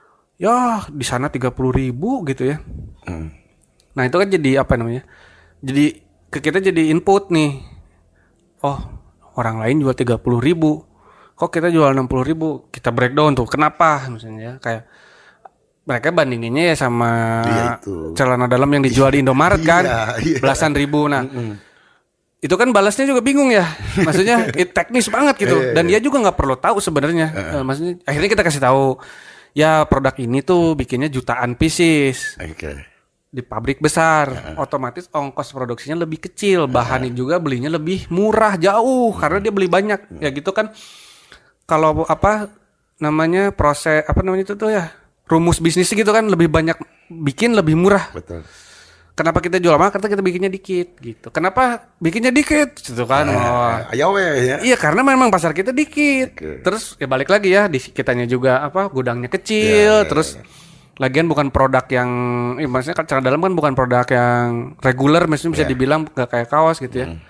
Ya, di sana tiga puluh ribu gitu ya. Hmm. Nah, itu kan jadi apa namanya? Jadi ke kita jadi input nih. Oh, orang lain jual tiga puluh ribu. Kok kita jual enam puluh ribu? Kita breakdown tuh. Kenapa misalnya? Kayak mereka bandinginnya ya sama iya celana dalam yang dijual di Indomaret kan. Iya, iya. Belasan ribu. Nah, mm-hmm. itu kan balasnya juga bingung ya, maksudnya it, teknis banget gitu, dan dia juga nggak perlu tahu sebenarnya. Uh, maksudnya akhirnya kita kasih tahu, ya produk ini tuh bikinnya jutaan pieces, okay. di pabrik besar, uh, otomatis ongkos produksinya lebih kecil, bahannya uh, juga belinya lebih murah jauh, uh, karena dia beli banyak, uh, ya gitu kan. Kalau apa namanya proses apa namanya itu tuh ya rumus bisnis gitu kan, lebih banyak bikin lebih murah. Betul. Kenapa kita jual mahal? Karena kita bikinnya dikit gitu. Kenapa bikinnya dikit? Gitu kan. Uh, oh. ya. Iya, karena memang pasar kita dikit. Okay. Terus ya balik lagi ya, di kitanya juga apa gudangnya kecil. Yeah, terus yeah, yeah. lagian bukan produk yang, eh, maksudnya celana dalam kan bukan produk yang reguler, maksudnya bisa yeah. dibilang gak kayak kaos gitu ya. Mm.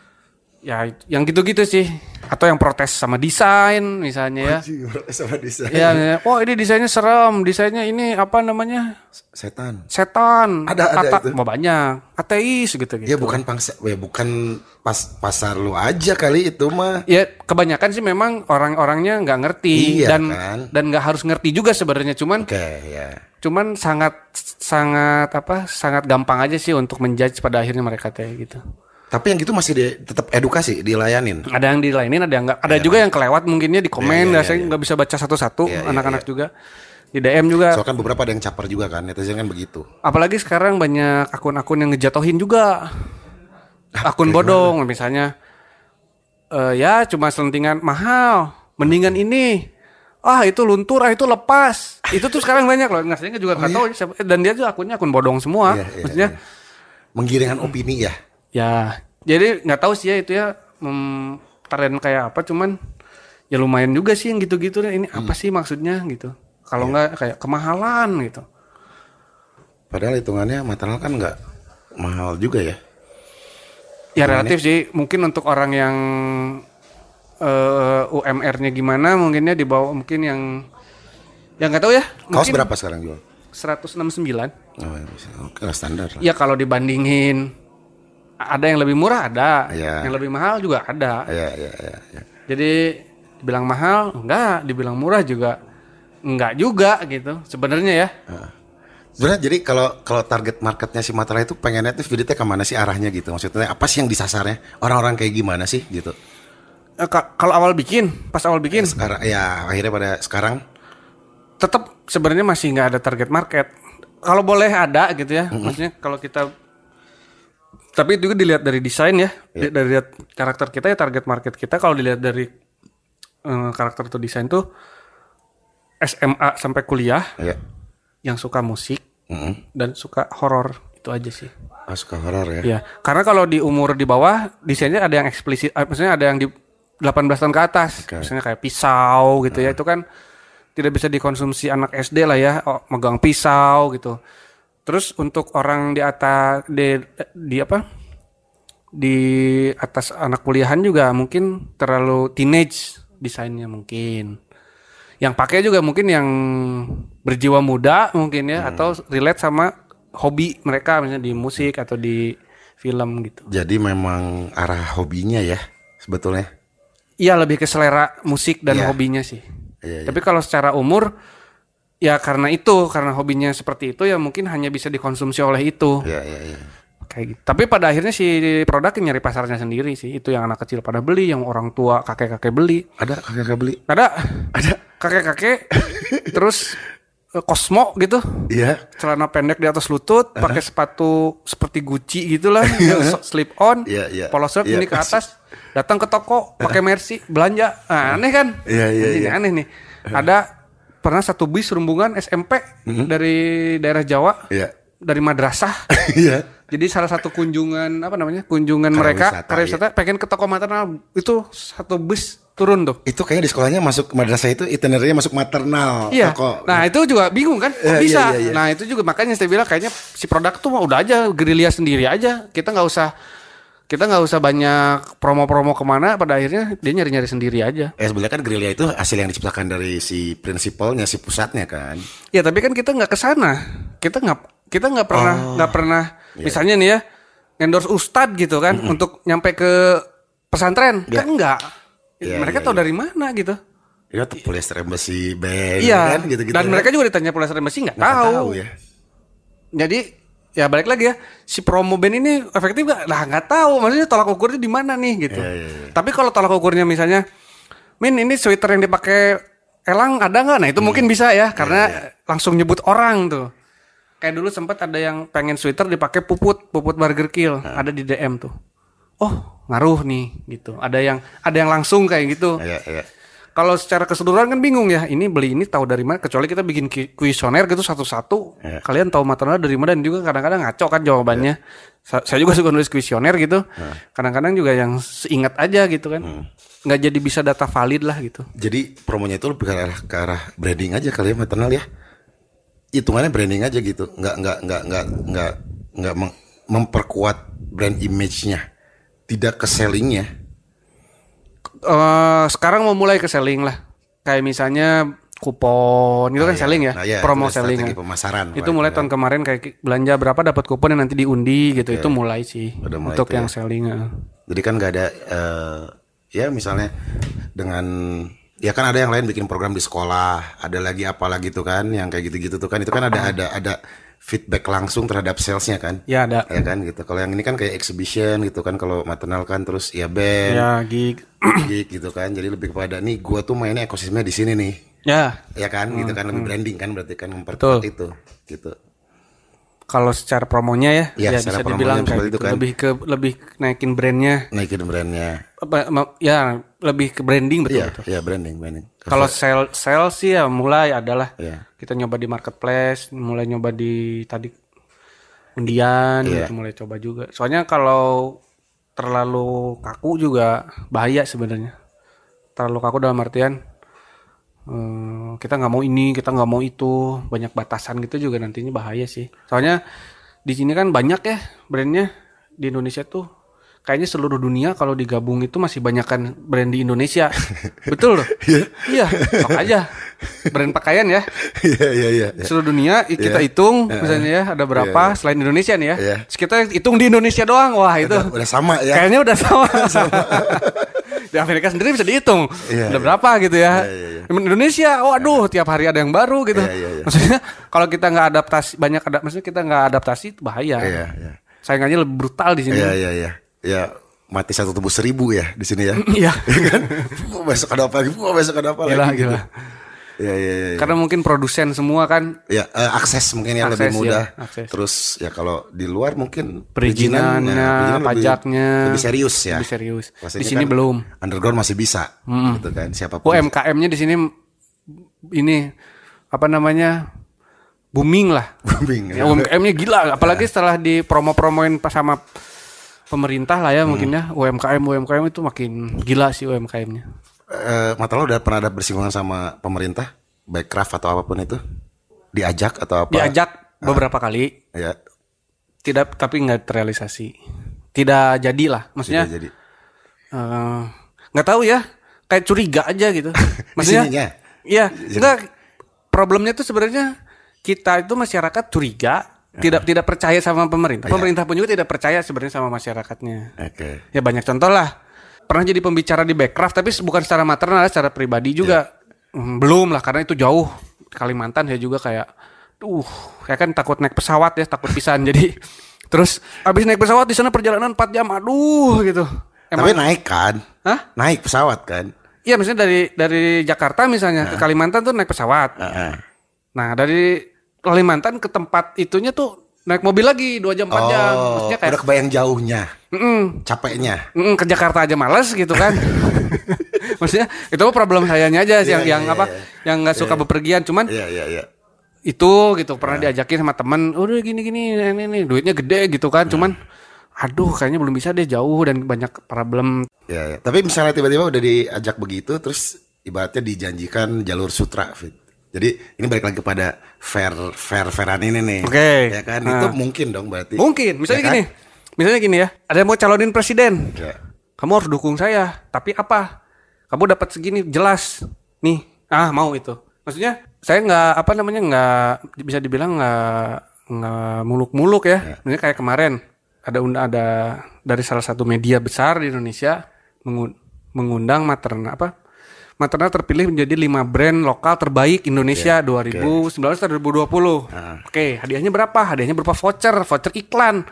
Ya, yang gitu-gitu sih. Atau yang protes sama desain misalnya ya. Protes sama desain. Ya, oh ini desainnya serem, desainnya ini apa namanya? Setan. Setan. Ada ada Ata- itu. Mau banyak. Ateis gitu-gitu. Ya bukan pangsa, ya bukan pas pasar lu aja kali itu mah. Ya kebanyakan sih memang orang-orangnya nggak ngerti iya, dan kan? dan nggak harus ngerti juga sebenarnya, cuman. Oke okay, ya. Cuman sangat sangat apa? Sangat gampang aja sih untuk menjudge pada akhirnya mereka kayak gitu. Tapi yang gitu masih di, tetap edukasi, dilayanin. Ada yang dilayanin, ada yang enggak. Ada ya, juga yang kelewat mungkinnya di komen, ya, ya, ya, saya nggak ya. bisa baca satu-satu, ya, anak-anak ya, ya. juga. Di D M juga. Soalnya kan beberapa ada yang caper juga kan, netizen kan begitu. Apalagi sekarang banyak akun-akun yang ngejatohin juga. Akun bodong gimana? Misalnya. Uh, ya cuma selentingan mahal, mendingan ini. Ah itu luntur, ah itu lepas. Itu tuh sekarang banyak loh. Nah saya juga nggak oh, tahu. Iya? Dan dia tuh akunnya akun bodong semua. Ya, ya, Maksudnya. Ya. Menggiringkan opini ya. Ya, jadi nggak tahu sih ya itu ya mem, tren kayak apa, cuman ya lumayan juga sih yang gitu-gitu. Ini hmm. apa sih maksudnya gitu? Kalau nggak ya. kayak kemahalan gitu. Padahal hitungannya material kan nggak mahal juga ya. Ya relatif sih, mungkin untuk orang yang uh, U M R-nya gimana, mungkinnya di bawah mungkin yang yang nggak tahu ya. Kaos berapa sekarang jual? seratus enam puluh sembilan. Oh, ya bisa. Oke, standar lah. Ya kalau dibandingin ada yang lebih murah ada, ya. yang lebih mahal juga ada. Ya, ya, ya, ya. Jadi dibilang mahal enggak, dibilang murah juga enggak juga gitu sebenarnya ya. Nah, Sebenarnya jadi kalau kalau target marketnya si Maternal itu pengennya tuh video ke mana sih arahnya gitu? Maksudnya apa sih yang disasarnya? Orang-orang kayak gimana sih gitu? Eh, ka- kalau awal bikin, pas awal bikin, Ya, sekarang ya akhirnya pada sekarang tetap sebenarnya masih nggak ada target market. Kalau boleh ada gitu ya, mm-hmm. maksudnya kalau kita, tapi itu juga dilihat dari desain ya, yeah. dari lihat karakter kita ya target market kita. Kalau dilihat dari um, karakter atau desain tuh S M A sampai kuliah, yeah. yang suka musik mm-hmm. dan suka horor, itu aja sih. Ah, suka horor ya? Ya, karena kalau di umur di bawah desainnya ada yang eksplisit, maksudnya ada yang di delapan belas tahun ke atas, okay. misalnya kayak pisau gitu uh. ya, itu kan tidak bisa dikonsumsi anak S D lah ya, oh, megang pisau gitu. Terus untuk orang di atas di, di apa? Di atas anak kuliahan juga mungkin terlalu teenage desainnya mungkin. Yang pakai juga mungkin yang berjiwa muda mungkin ya, hmm. atau relate sama hobi mereka misalnya di musik atau di film gitu. Jadi memang arah hobinya ya sebetulnya. Iya, lebih ke selera musik dan yeah. hobinya sih. Yeah, yeah. Tapi kalau secara umur, ya karena itu, karena hobinya seperti itu, ya mungkin hanya bisa dikonsumsi oleh itu. Iya, iya, iya. Kayak gitu. Tapi pada akhirnya si produk nyari pasarnya sendiri sih. Itu yang anak kecil pada beli, yang orang tua, kakek-kakek beli. Ada kakek-kakek beli? Ada. Ada. Kakek-kakek, terus Cosmo gitu. Iya. Celana pendek di atas lutut, uh-huh. pakai sepatu seperti Gucci gitulah, slip on, yeah, yeah. polo shirt yeah. ini ke atas. Datang ke toko pakai Mercy belanja, nah, aneh kan? Iya iya iya. Aneh nih. Ada pernah satu bis rombongan S M P mm-hmm. dari daerah Jawa, yeah. dari madrasah. Iya. Jadi salah satu kunjungan apa namanya? Kunjungan karya mereka karya wisata, iya. pengen ke toko maternal, itu satu bus turun tuh. Itu kayaknya di sekolahnya masuk madrasah itu itinerary masuk maternal. Iya. Toko. Nah itu juga bingung kan? Kok yeah, bisa? Yeah, yeah, yeah. Nah itu juga makanya saya bilang kayaknya si produk tuh udah aja gerilya sendiri aja. Kita nggak usah Kita nggak usah banyak promo-promo kemana, pada akhirnya dia nyari-nyari sendiri aja. Eh sebenarnya kan gerilya itu hasil yang diciptakan dari si prinsipalnya, si pusatnya kan. Ya tapi kan kita nggak kesana, kita nggak kita nggak pernah nggak oh, pernah, yeah. misalnya nih ya, endorse ustad gitu kan, mm-mm. untuk nyampe ke pesantren, yeah. kan enggak. Yeah, mereka yeah, tahu yeah. dari mana gitu. Ya tuh Polyester Embassy band iya. kan gitu-gitu. Dan ya. mereka juga ditanya Polyester Embassy nggak tahu. tahu ya. Jadi ya balik lagi ya, si promo band ini efektif gak? Lah nggak tahu, maksudnya tolak ukurnya di mana nih gitu. Yeah, yeah, yeah. Tapi kalau tolak ukurnya misalnya, Min ini sweater yang dipakai Elang ada nggak? Nah itu hmm. mungkin bisa ya, karena yeah, yeah. langsung nyebut orang tuh. Kayak dulu sempat ada yang pengen sweater dipakai Puput, Puput Burger Kill, hmm. ada di D M tuh. Oh ngaruh nih gitu. Ada yang ada yang langsung kayak gitu. Yeah, yeah. Kalau secara keseluruhan kan bingung ya, ini beli ini tahu dari mana, kecuali kita bikin kuesioner gitu satu-satu. Yeah. Kalian tahu maternal dari mana, dan juga kadang-kadang ngaco kan jawabannya. Yeah. Saya juga suka nulis kuesioner gitu. Yeah. Kadang-kadang juga yang seingat aja gitu kan. Hmm. Nggak jadi bisa data valid lah gitu. Jadi promonya itu lebih ke arah, ke arah branding aja kali ya maternal ya. Hitungannya branding aja gitu. Nggak nggak nggak nggak nggak nggak memperkuat brand image-nya. Tidak ke selling-nya. Uh, sekarang mau mulai ke selling lah, kayak misalnya kupon itu ah, kan iya. selling ya, nah, iya, promo selling ya. Pemasaran itu mulai tahun kemarin kayak belanja berapa dapat kupon yang nanti diundi gitu, okay. itu mulai sih mulai untuk yang ya. selling. Jadi kan nggak ada uh, ya misalnya dengan ya kan ada yang lain bikin program di sekolah, ada lagi apa lagi tuh kan yang kayak gitu-gitu tuh kan, itu kan ada ada ada feedback langsung terhadap salesnya kan? Ya ada. Ya kan gitu. Kalau yang ini kan kayak exhibition gitu kan, kalau maternal kan terus ya band, ya gig, gig gitu kan. Jadi lebih kepada nih, gua tuh mainnya ekosistemnya di sini nih. Ya. Ya kan, hmm, gitu kan lebih hmm. branding kan, berarti kan memperkuat itu, gitu. Kalau secara promonya ya, ya, ya bisa dibilang kayak gitu. Kan. Lebih ke lebih naikin brandnya. Naikin brandnya. Apa, ya lebih ke branding betul ya, betul. Iya branding branding. Kalau sell sell sih ya mulai adalah ya. Kita nyoba di marketplace, mulai nyoba di tadi undian, ya. Gitu, mulai coba juga. Soalnya kalau terlalu kaku juga bahaya sebenarnya. Terlalu kaku dalam artian Hmm, kita nggak mau ini, kita nggak mau itu, banyak batasan gitu juga nantinya bahaya sih. Soalnya di sini kan banyak ya brandnya di Indonesia tuh, kayaknya seluruh dunia kalau digabung itu masih banyakan brand di Indonesia. Betul loh. Iya, sok aja brand pakaian ya. Iya iya iya. Seluruh dunia kita yeah. hitung misalnya ya ada berapa yeah, yeah. selain Indonesia nih ya. Yeah. Kita hitung di Indonesia doang, wah itu udah, udah sama ya. Kayaknya udah sama. sama. di Amerika sendiri bisa dihitung Iya, udah iya. berapa gitu ya. Iya, iya, iya. Di Indonesia, waduh tiap hari ada yang baru gitu. Iya, iya, iya. Maksudnya kalau kita nggak adaptasi banyak ada, maksudnya kita nggak adaptasi itu bahaya. Iya, iya. Saingannya lebih brutal di sini. Iya, iya, iya. Ya mati satu tubuh seribu ya di sini ya. Iya. Ya kan? Wah, besok ada apa lagi? Wah, besok ada apa Gila, lagi? gitu. gila. Iya, iya, iya. Karena mungkin produsen semua kan Ya, eh, akses mungkin yang Akses, lebih mudah. ya, akses. Terus ya kalau di luar mungkin perizinannya, perizinan lebih- pajaknya lebih serius ya. lebih serius. Pas Di ini sini kan belum. Underground masih bisa, gitu kan. Siapapun. U M K M-nya di sini ini apa namanya booming lah. Booming, Ya, ya. U M K M-nya gila, apalagi setelah di promo-promoin pas sama pemerintah lah ya mungkin ya U M K M U M K M itu makin gila sih U M K M-nya. Eh, Mata lo udah pernah ada bersinggungan sama pemerintah, baik craft atau apapun itu, diajak atau apa? Diajak beberapa kali, Ya, tidak tapi nggak terrealisasi, tidak jadi lah. Maksudnya tidak jadi. eh, nggak tahu ya, kayak curiga aja gitu. Maksudnya, sininya? iya, enggak. Problemnya tuh sebenarnya kita itu masyarakat curiga, tidak tidak percaya sama pemerintah. Iya. Pemerintah pun juga tidak percaya sebenarnya sama masyarakatnya. Oke. Ya banyak contoh lah. Pernah jadi pembicara di Backcraft, tapi bukan secara maternal, secara pribadi juga. Hmm, belum lah, karena itu jauh. Kalimantan ya juga kayak, tuh, saya kan takut naik pesawat ya, takut pisan. Jadi, terus abis naik pesawat di sana perjalanan empat jam, aduh gitu. Tapi naik kan? Hah? Naik pesawat kan? Iya, misalnya dari dari Jakarta misalnya ke Kalimantan tuh naik pesawat. Heeh. Nah, dari Kalimantan ke tempat itunya tuh naik mobil lagi dua jam empat jam. Oh, Maksudnya kayak udah kebayang jauhnya, mm-mm, capeknya. mm-mm, ke Jakarta aja males gitu kan. Maksudnya itu problem sayanya aja sih yang Iya, yang iya, apa? iya. Yang nggak suka bepergian, cuman Iya, iya, iya. itu gitu pernah diajakin sama temen, udah gini-gini ini nih duitnya gede gitu kan. Cuman aduh kayaknya belum bisa deh, jauh dan banyak problem. Ya, ya. Tapi misalnya tiba-tiba udah diajak begitu, terus ibaratnya dijanjikan jalur sutra, Fit. Jadi ini balik lagi kepada fair fair fairan ini nih. Oke. Ya kan, Nah. itu mungkin dong berarti. Mungkin, misalnya Ya kan? gini. Misalnya gini ya, ada yang mau calonin presiden. Ya. Kamu harus dukung saya, tapi apa? Kamu dapat segini jelas. Nih, ah mau itu. Maksudnya saya nggak apa namanya nggak bisa dibilang nggak nggak muluk-muluk ya. Maksudnya kayak kemarin ada unda ada dari salah satu media besar di Indonesia mengu- mengundang Materna apa? Materna terpilih menjadi lima brand lokal terbaik Indonesia dua ribu sembilan belas sampai dua ribu dua puluh. Oke, hadiahnya berapa? Hadiahnya berupa voucher, voucher iklan.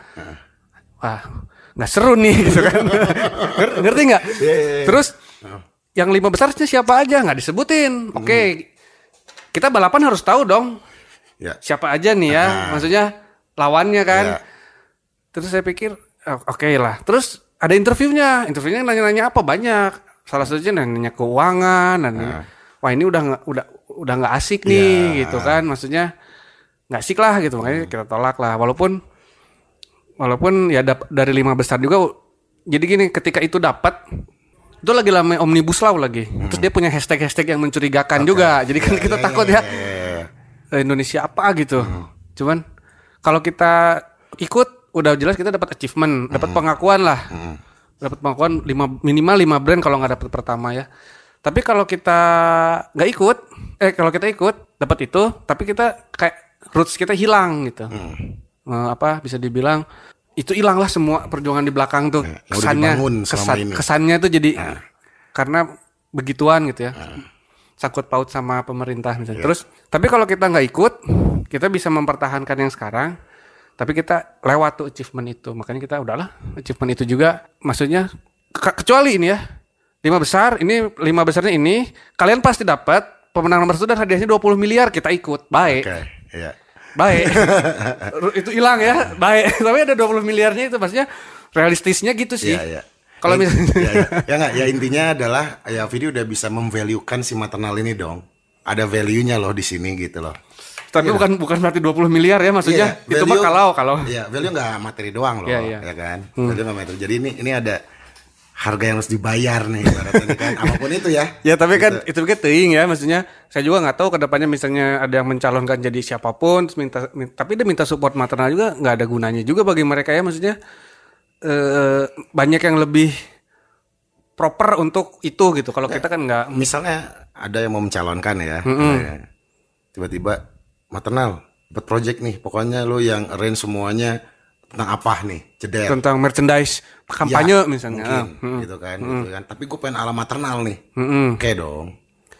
Wah, nggak seru nih gitu kan. Nger- Ngerti nggak? Terus yang lima besarnya siapa aja nggak disebutin. Oke, kita balapan harus tahu dong Ya. siapa aja nih ya. Maksudnya lawannya kan. Ya. Terus saya pikir oh, oke lah. Terus ada interviewnya. Interviewnya nanya-nanya apa banyak. Salah satunya nanya keuangan. Nanya, wah ini udah nggak udah udah nggak asik nih Ya. gitu kan. Maksudnya nggak asik lah gitu. Makanya kita tolak lah. Walaupun walaupun ya dap- dari lima besar juga. Jadi gini, ketika itu dapat itu lagi lama omnibus law lagi. Terus dia punya hashtag-hashtag yang mencurigakan juga. Jadi kan kita takut ya. Eh, Indonesia apa gitu. Cuman kalau kita ikut udah jelas kita dapat achievement, dapat pengakuan lah. Dapat pengakuan lima, minimal lima brand kalau nggak dapat pertama ya. Tapi kalau kita nggak ikut, eh kalau kita ikut dapat itu, tapi kita kayak roots kita hilang gitu. Eh, apa bisa dibilang itu hilang lah semua perjuangan di belakang tuh. Ya, yang udah Kesannya dibangun selama kesan, ini. kesannya tuh jadi karena begituan gitu ya. Sangkut paut sama pemerintah misalnya. Terus tapi kalau kita nggak ikut, kita bisa mempertahankan yang sekarang. Tapi kita lewat tuh achievement itu. Makanya kita udahlah achievement itu juga. Maksudnya ke- kecuali ini ya. Lima besar, ini lima besarnya ini. Kalian pasti dapat pemenang nomor satu dan hadiahnya dua puluh miliar. Kita ikut. Baik. Oke, iya. Baik. Itu hilang ya. Baik. Tapi ada dua puluh miliarnya itu. Maksudnya realistisnya gitu sih. Iya, iya. Kalau Ya, misalnya. ya, ya. Ya nggak, ya intinya adalah ya video udah bisa memvaluekan si maternal ini dong. Ada value-nya loh di sini gitu loh. Tapi bukan bukan berarti dua puluh miliar ya maksudnya. Iya, Itu mah value- kalau kalau. Iya, value nggak materi doang loh, Iya, iya. ya kan? Value nggak materi. Jadi ini ini ada harga yang harus dibayar nih, ibaratnya kan. Apapun itu ya. Ya tapi kan Gitu. itu kan teuing ya, maksudnya saya juga nggak tahu kedepannya misalnya ada yang mencalonkan jadi siapapun, terus minta, min- tapi dia minta support maternal juga nggak ada gunanya juga bagi mereka ya, maksudnya eh, banyak yang lebih proper untuk itu gitu. Kalau kita kan nggak, Misalnya ada yang mau mencalonkan ya, nah, tiba-tiba maternal dapat project nih, pokoknya lo yang arrange semuanya, tentang apa nih, jeder. Tentang merchandise kampanye ya, misalnya. Mungkin, hmm. gitu kan, hmm. gitu kan. Tapi gue pengen ala maternal nih. Hmm. Oke dong.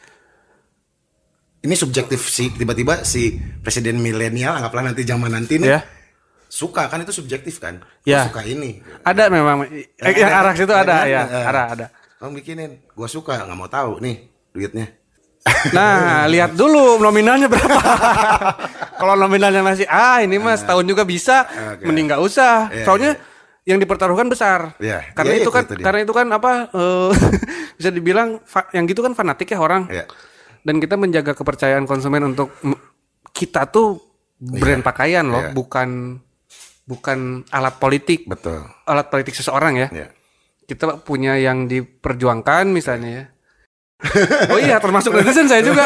Ini subjektif sih, tiba-tiba si presiden milenial, anggaplah nanti zaman nanti nih, yeah. suka kan itu subjektif kan, yeah. gue suka ini. Ada memang, ya, eh, yang arah situ ada, ya, ya. ada, ada. Kamu bikinin, gue suka, nggak mau tahu nih duitnya. Nah, lihat dulu nominalnya berapa. Kalau nominalnya masih, ah ini mas tahun juga bisa, okay. mending nggak usah. Yeah, Soalnya yeah. yang dipertaruhkan besar. Yeah. Karena yeah, itu kan, itu karena itu kan apa, uh, bisa dibilang, fa- yang gitu kan fanatik ya orang. Yeah. Dan kita menjaga kepercayaan konsumen untuk kita tuh brand yeah. pakaian loh, yeah. bukan bukan alat politik. Betul. Alat politik seseorang ya. Yeah. Kita punya yang diperjuangkan misalnya ya. Oh iya, termasuk netizen saya juga.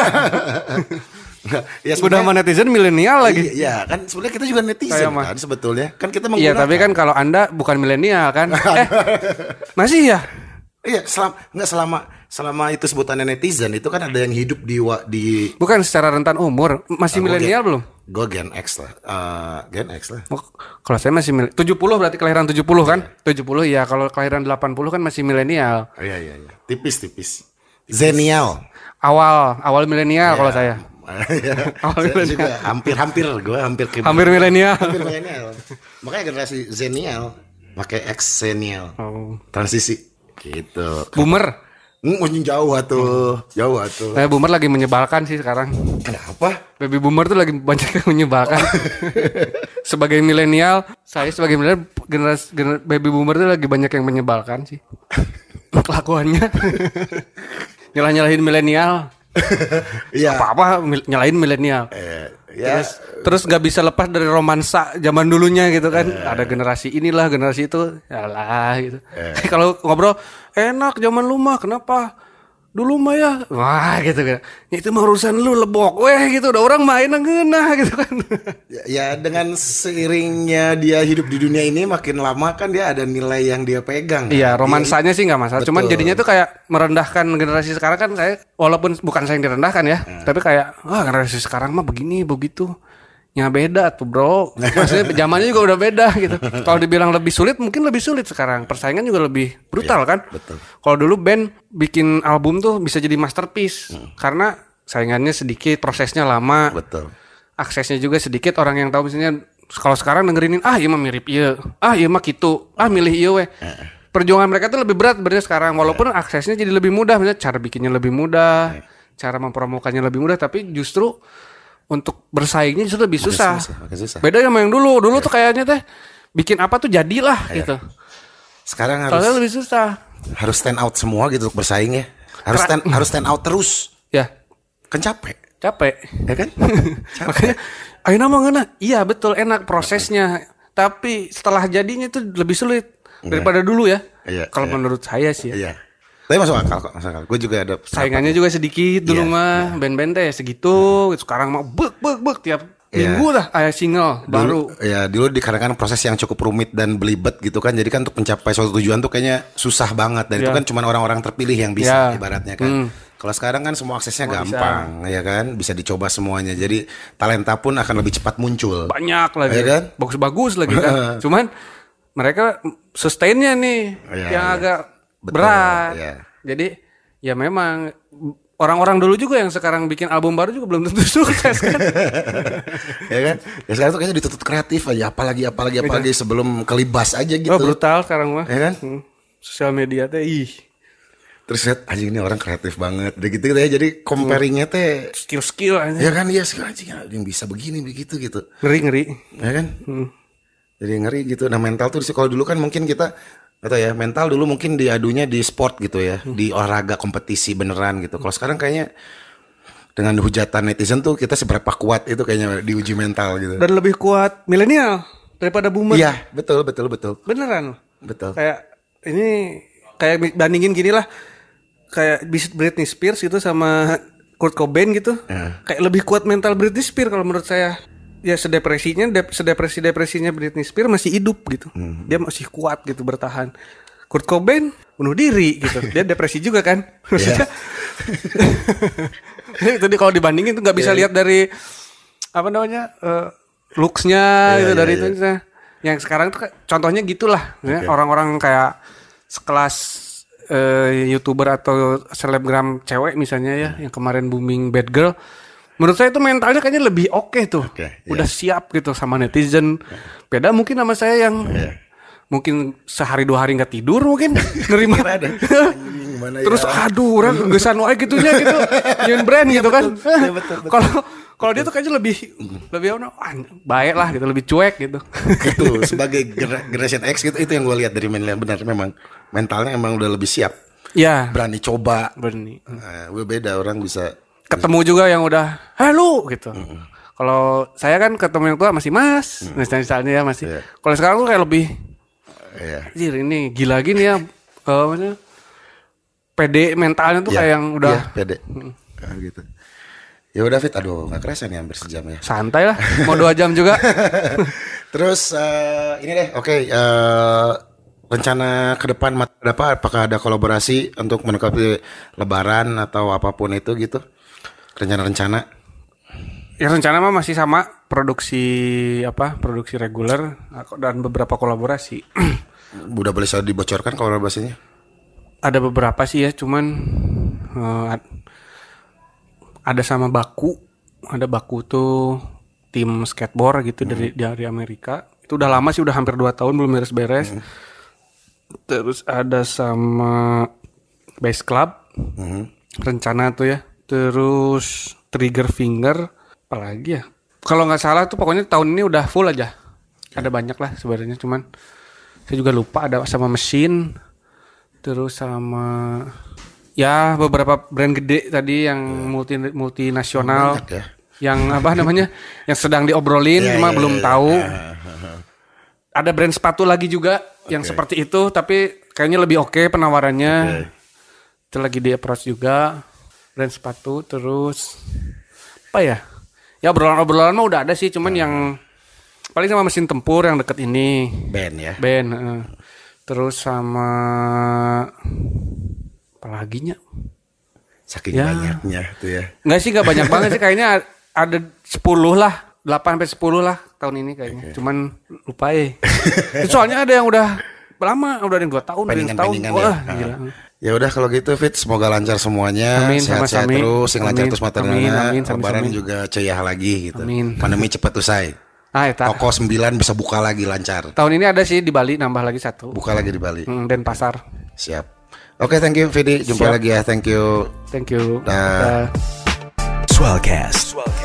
Ya, udah sama netizen milenial lagi. Iya, kan sebenarnya kita juga netizen Kayak kan sebetulnya. Kan kita menggunakan. Iya, tapi kan kalau Anda bukan milenial kan. eh, masih ya? Iya, selama enggak selama selama itu sebutannya netizen itu kan ada yang hidup di di bukan secara rentan umur, masih uh, milenial belum? Gue Gen X lah. Uh, Gen X lah. Oh, kalau saya masih mil- tujuh puluh berarti kelahiran tujuh puluh kan? Yeah. tujuh puluh ya, kalau kelahiran delapan puluh kan masih milenial. Oh, iya iya iya. Tipis-tipis. Zenial. Awal, awal milenial yeah. kalau saya. Awal saya juga hampir-hampir gue hampir ke hampir milenial. Hampir milenial. Makanya generasi zenial pakai X zenial. Oh. Transisi. Gitu. Boomer. Hmm, jauh atuh, jauh atuh. Nah, boomer lagi menyebalkan sih sekarang. Kenapa? Baby boomer tuh lagi banyak yang menyebalkan. Sebagai milenial, saya sebagai milenial generasi gener, baby boomer tuh lagi banyak yang menyebalkan sih. Kelakuannya. Nyalah-nyalahin milenial. Iya. Apa-apa nyalahin milenial. Eh, ya. Terus terus nggak bisa lepas dari romansa zaman dulunya gitu kan. Eh. Ada generasi inilah, generasi itu. Yalah gitu. Eh. Kalau ngobrol enak zaman lu mah, kenapa? Dulu mah ya. Wah gitu kan. Ya, itu mah urusan lu lebok weh gitu. Udah orang main ngeunah gitu kan. Ya, ya dengan seiringnya dia hidup di dunia ini makin lama kan dia ada nilai yang dia pegang. Iya, kan? Romansanya dia, sih enggak masalah. Betul. Cuman jadinya tuh kayak merendahkan generasi sekarang kan saya walaupun bukan saya yang direndahkan ya, hmm. tapi kayak wah generasi sekarang mah begini begitu. Ya beda tuh bro. Maksudnya zamannya juga udah beda gitu. Kalau dibilang lebih sulit mungkin lebih sulit sekarang. Persaingan juga lebih brutal ya, kan. Betul. Kalau dulu band bikin album tuh bisa jadi masterpiece hmm. karena saingannya sedikit, prosesnya lama. Betul. Aksesnya juga sedikit, orang yang tahu misalnya kalau sekarang dengerinin ah iya mah mirip iya, ah iya mah gitu, ah milih iya weh. Perjuangan mereka tuh lebih berat berarti sekarang walaupun aksesnya jadi lebih mudah, misalnya cara bikinnya lebih mudah, cara mempromokannya lebih mudah, tapi justru untuk bersaingnya justru lebih susah. Susah, susah. Beda sama yang dulu. Dulu yeah. tuh kayaknya teh bikin apa tuh jadilah yeah. gitu. Sekarang harus soalnya lebih susah. Harus stand out semua gitu untuk bersaing ya. Harus stand, harus stand out terus. Ya. Yeah. Kan capek. Capek. Ya kan? Capek. Makanya ayo nama ngena. Iya betul enak prosesnya. Tapi setelah jadinya itu lebih sulit daripada yeah. dulu ya. Yeah. Kalau yeah. menurut saya sih ya. Yeah. Tapi masuk akal kok, masuk akal. Gue juga ada saingannya juga sedikit dulu yeah, mah, yeah. band-band teh segitu. Hmm. Sekarang mah bek bek bek tiap yeah. minggu dah ada single dulu, baru. Ya dulu dikarenakan proses yang cukup rumit dan belibet gitu kan. Jadi kan untuk mencapai suatu tujuan tuh kayaknya susah banget. Dan yeah. itu kan cuma orang-orang terpilih yang bisa yeah. ibaratnya kan. Hmm. Kalau sekarang kan semua aksesnya semua gampang, bisa. Ya kan, bisa dicoba semuanya. Jadi talenta pun akan lebih cepat muncul. Banyak lagi, ya kan? Bagus-bagus lagi kan. Cuman mereka sustainnya nih yeah, yang yeah. agak betul, berat. Yeah. Jadi ya memang orang-orang dulu juga yang sekarang bikin album baru juga belum tentu sukses kan. Ya kan? Ya sekarang tuh kayaknya ditutup kreatif aja, apalagi apalagi apalagi ya, sebelum kelibas aja gitu. Oh, brutal sekarang mah. Ya kan? Hmm. Sosial media teh ih. Terus lihat anjing ini orang kreatif banget. Udah gitu ya, jadi comparingnya teh skill-skill aja. Ya kan, iya skill anjing yang bisa begini begitu gitu. Ngeri-ngeri. Ya kan? Hmm. Jadi ngeri gitu. Nah, mental tuh kalau dulu kan mungkin kita atau ya mental dulu mungkin diadunya di sport gitu ya, hmm. di olahraga kompetisi beneran gitu. Kalau sekarang kayaknya dengan hujatan netizen tuh kita seberapa kuat itu kayaknya diuji mental gitu. Dan lebih kuat milenial daripada boomer. Iya, betul betul betul. Beneran. Betul. Kayak ini kayak bandingin gini lah. Kayak Britney Spears gitu sama Kurt Cobain gitu. Ya. Kayak lebih kuat mental Britney Spears kalau menurut saya. Ya sedepresinya, dep- sedepresi-depresinya Britney Spears masih hidup gitu. Hmm. Dia masih kuat gitu bertahan. Kurt Cobain bunuh diri gitu. Dia depresi juga kan. Maksudnya. Jadi kalau dibandingin tuh nggak bisa yeah. lihat dari apa namanya uh, looks-nya yeah, gitu yeah, dari yeah. itu. yang sekarang tuh contohnya gitulah, ya, Okay. orang-orang kayak sekelas eh, YouTuber atau selebgram cewek misalnya ya, yang kemarin booming Bad Girl. Menurut saya itu mentalnya kayaknya lebih oke okay tuh, Okay, udah yeah. siap gitu sama netizen. Beda mungkin sama saya yang Yeah. mungkin sehari dua hari nggak tidur mungkin nerima. Terus ya? aduh orang gesan wae gitunya gitu, nyeun brand gitu kan. Kalau kalau dia tuh kayaknya lebih lebih apa? Ah, baik lah gitu, lebih cuek gitu. Itu sebagai gener- generation X gitu, itu yang gue lihat dari Manly, benar memang mentalnya emang udah lebih siap, Ya, berani coba. berani. Nah, gue beda, orang bisa Ketemu juga yang udah, halo gitu. Kalau saya kan ketemu yang tua masih mas, misalnya misalnya ya masih. Iya. Kalau sekarang tuh kayak lebih, ya. anjir ini gila gini ya, eh, maksudnya pede mentalnya tuh Ya, kayak yang udah ya, pede. Nah, gitu. Ya udah Fit, aduh nggak kerasa nih hampir sejam ya. santai lah, mau dua jam juga. Terus eh, ini deh, oke. eh, rencana ke depan mat- apa? Apakah ada kolaborasi untuk menanggapi Lebaran atau apapun itu gitu? Rencana-rencana? Ya rencana mah masih sama, produksi apa, produksi reguler dan beberapa kolaborasi. Udah boleh saya dibocorkan kolaborasinya? Ada beberapa sih ya, cuman eh, ad- ada sama Baku, ada Baku tuh tim skateboard gitu dari dari Amerika. Itu udah lama sih, udah hampir dua tahun belum beres-beres. Terus ada sama Bass Club, rencana tuh ya. Terus Trigger Finger, apalagi ya? Kalau nggak salah tuh pokoknya tahun ini udah full aja. Ada banyak lah sebenarnya, cuman saya juga lupa. Ada sama Mesin, terus sama ya beberapa brand gede tadi yang multi multinasional, Banyak ya. yang apa namanya, yang sedang diobrolin, Ya, cuma ya, belum ya, tahu. ya. Ada brand sepatu lagi juga yang Oke. seperti itu, tapi kayaknya lebih oke penawarannya. Oke. Itu lagi di approach juga, brand sepatu. Terus apa ya? Ya obrolan-obrolan mah udah ada sih, cuman yang paling sama Mesin Tempur yang deket ini, Band ya. band. eh. Terus sama apa lagi nya? Saking Ya. banyaknya tuh ya. Enggak sih, enggak banyak banget sih, kayaknya ada sepuluh lah, delapan sampai sepuluh lah tahun ini kayaknya. Cuman lupa ya. Soalnya ada yang udah lama, udah ada yang dua tahun, ada yang setahun. Pendingan-pendingan Wah, ya. gila. Ya udah kalau gitu Fit, semoga lancar semuanya. Amin, Sehat-sehat sama-sama. terus, sing lancar Amin, terus amin, maternana. amin, sami-sami. Lebaran juga ceyah lagi gitu. Amin. Pandemi cepat usai. Ah, eta. Toko sembilan bisa buka lagi lancar. Tahun ini ada sih di Bali, nambah lagi satu. Buka lagi di Bali. Hmm, dan pasar. Siap. Oke, thank you Vidi. Jumpa Siap. lagi ya. Thank you. Thank you. Dah. Dah. Swellcast.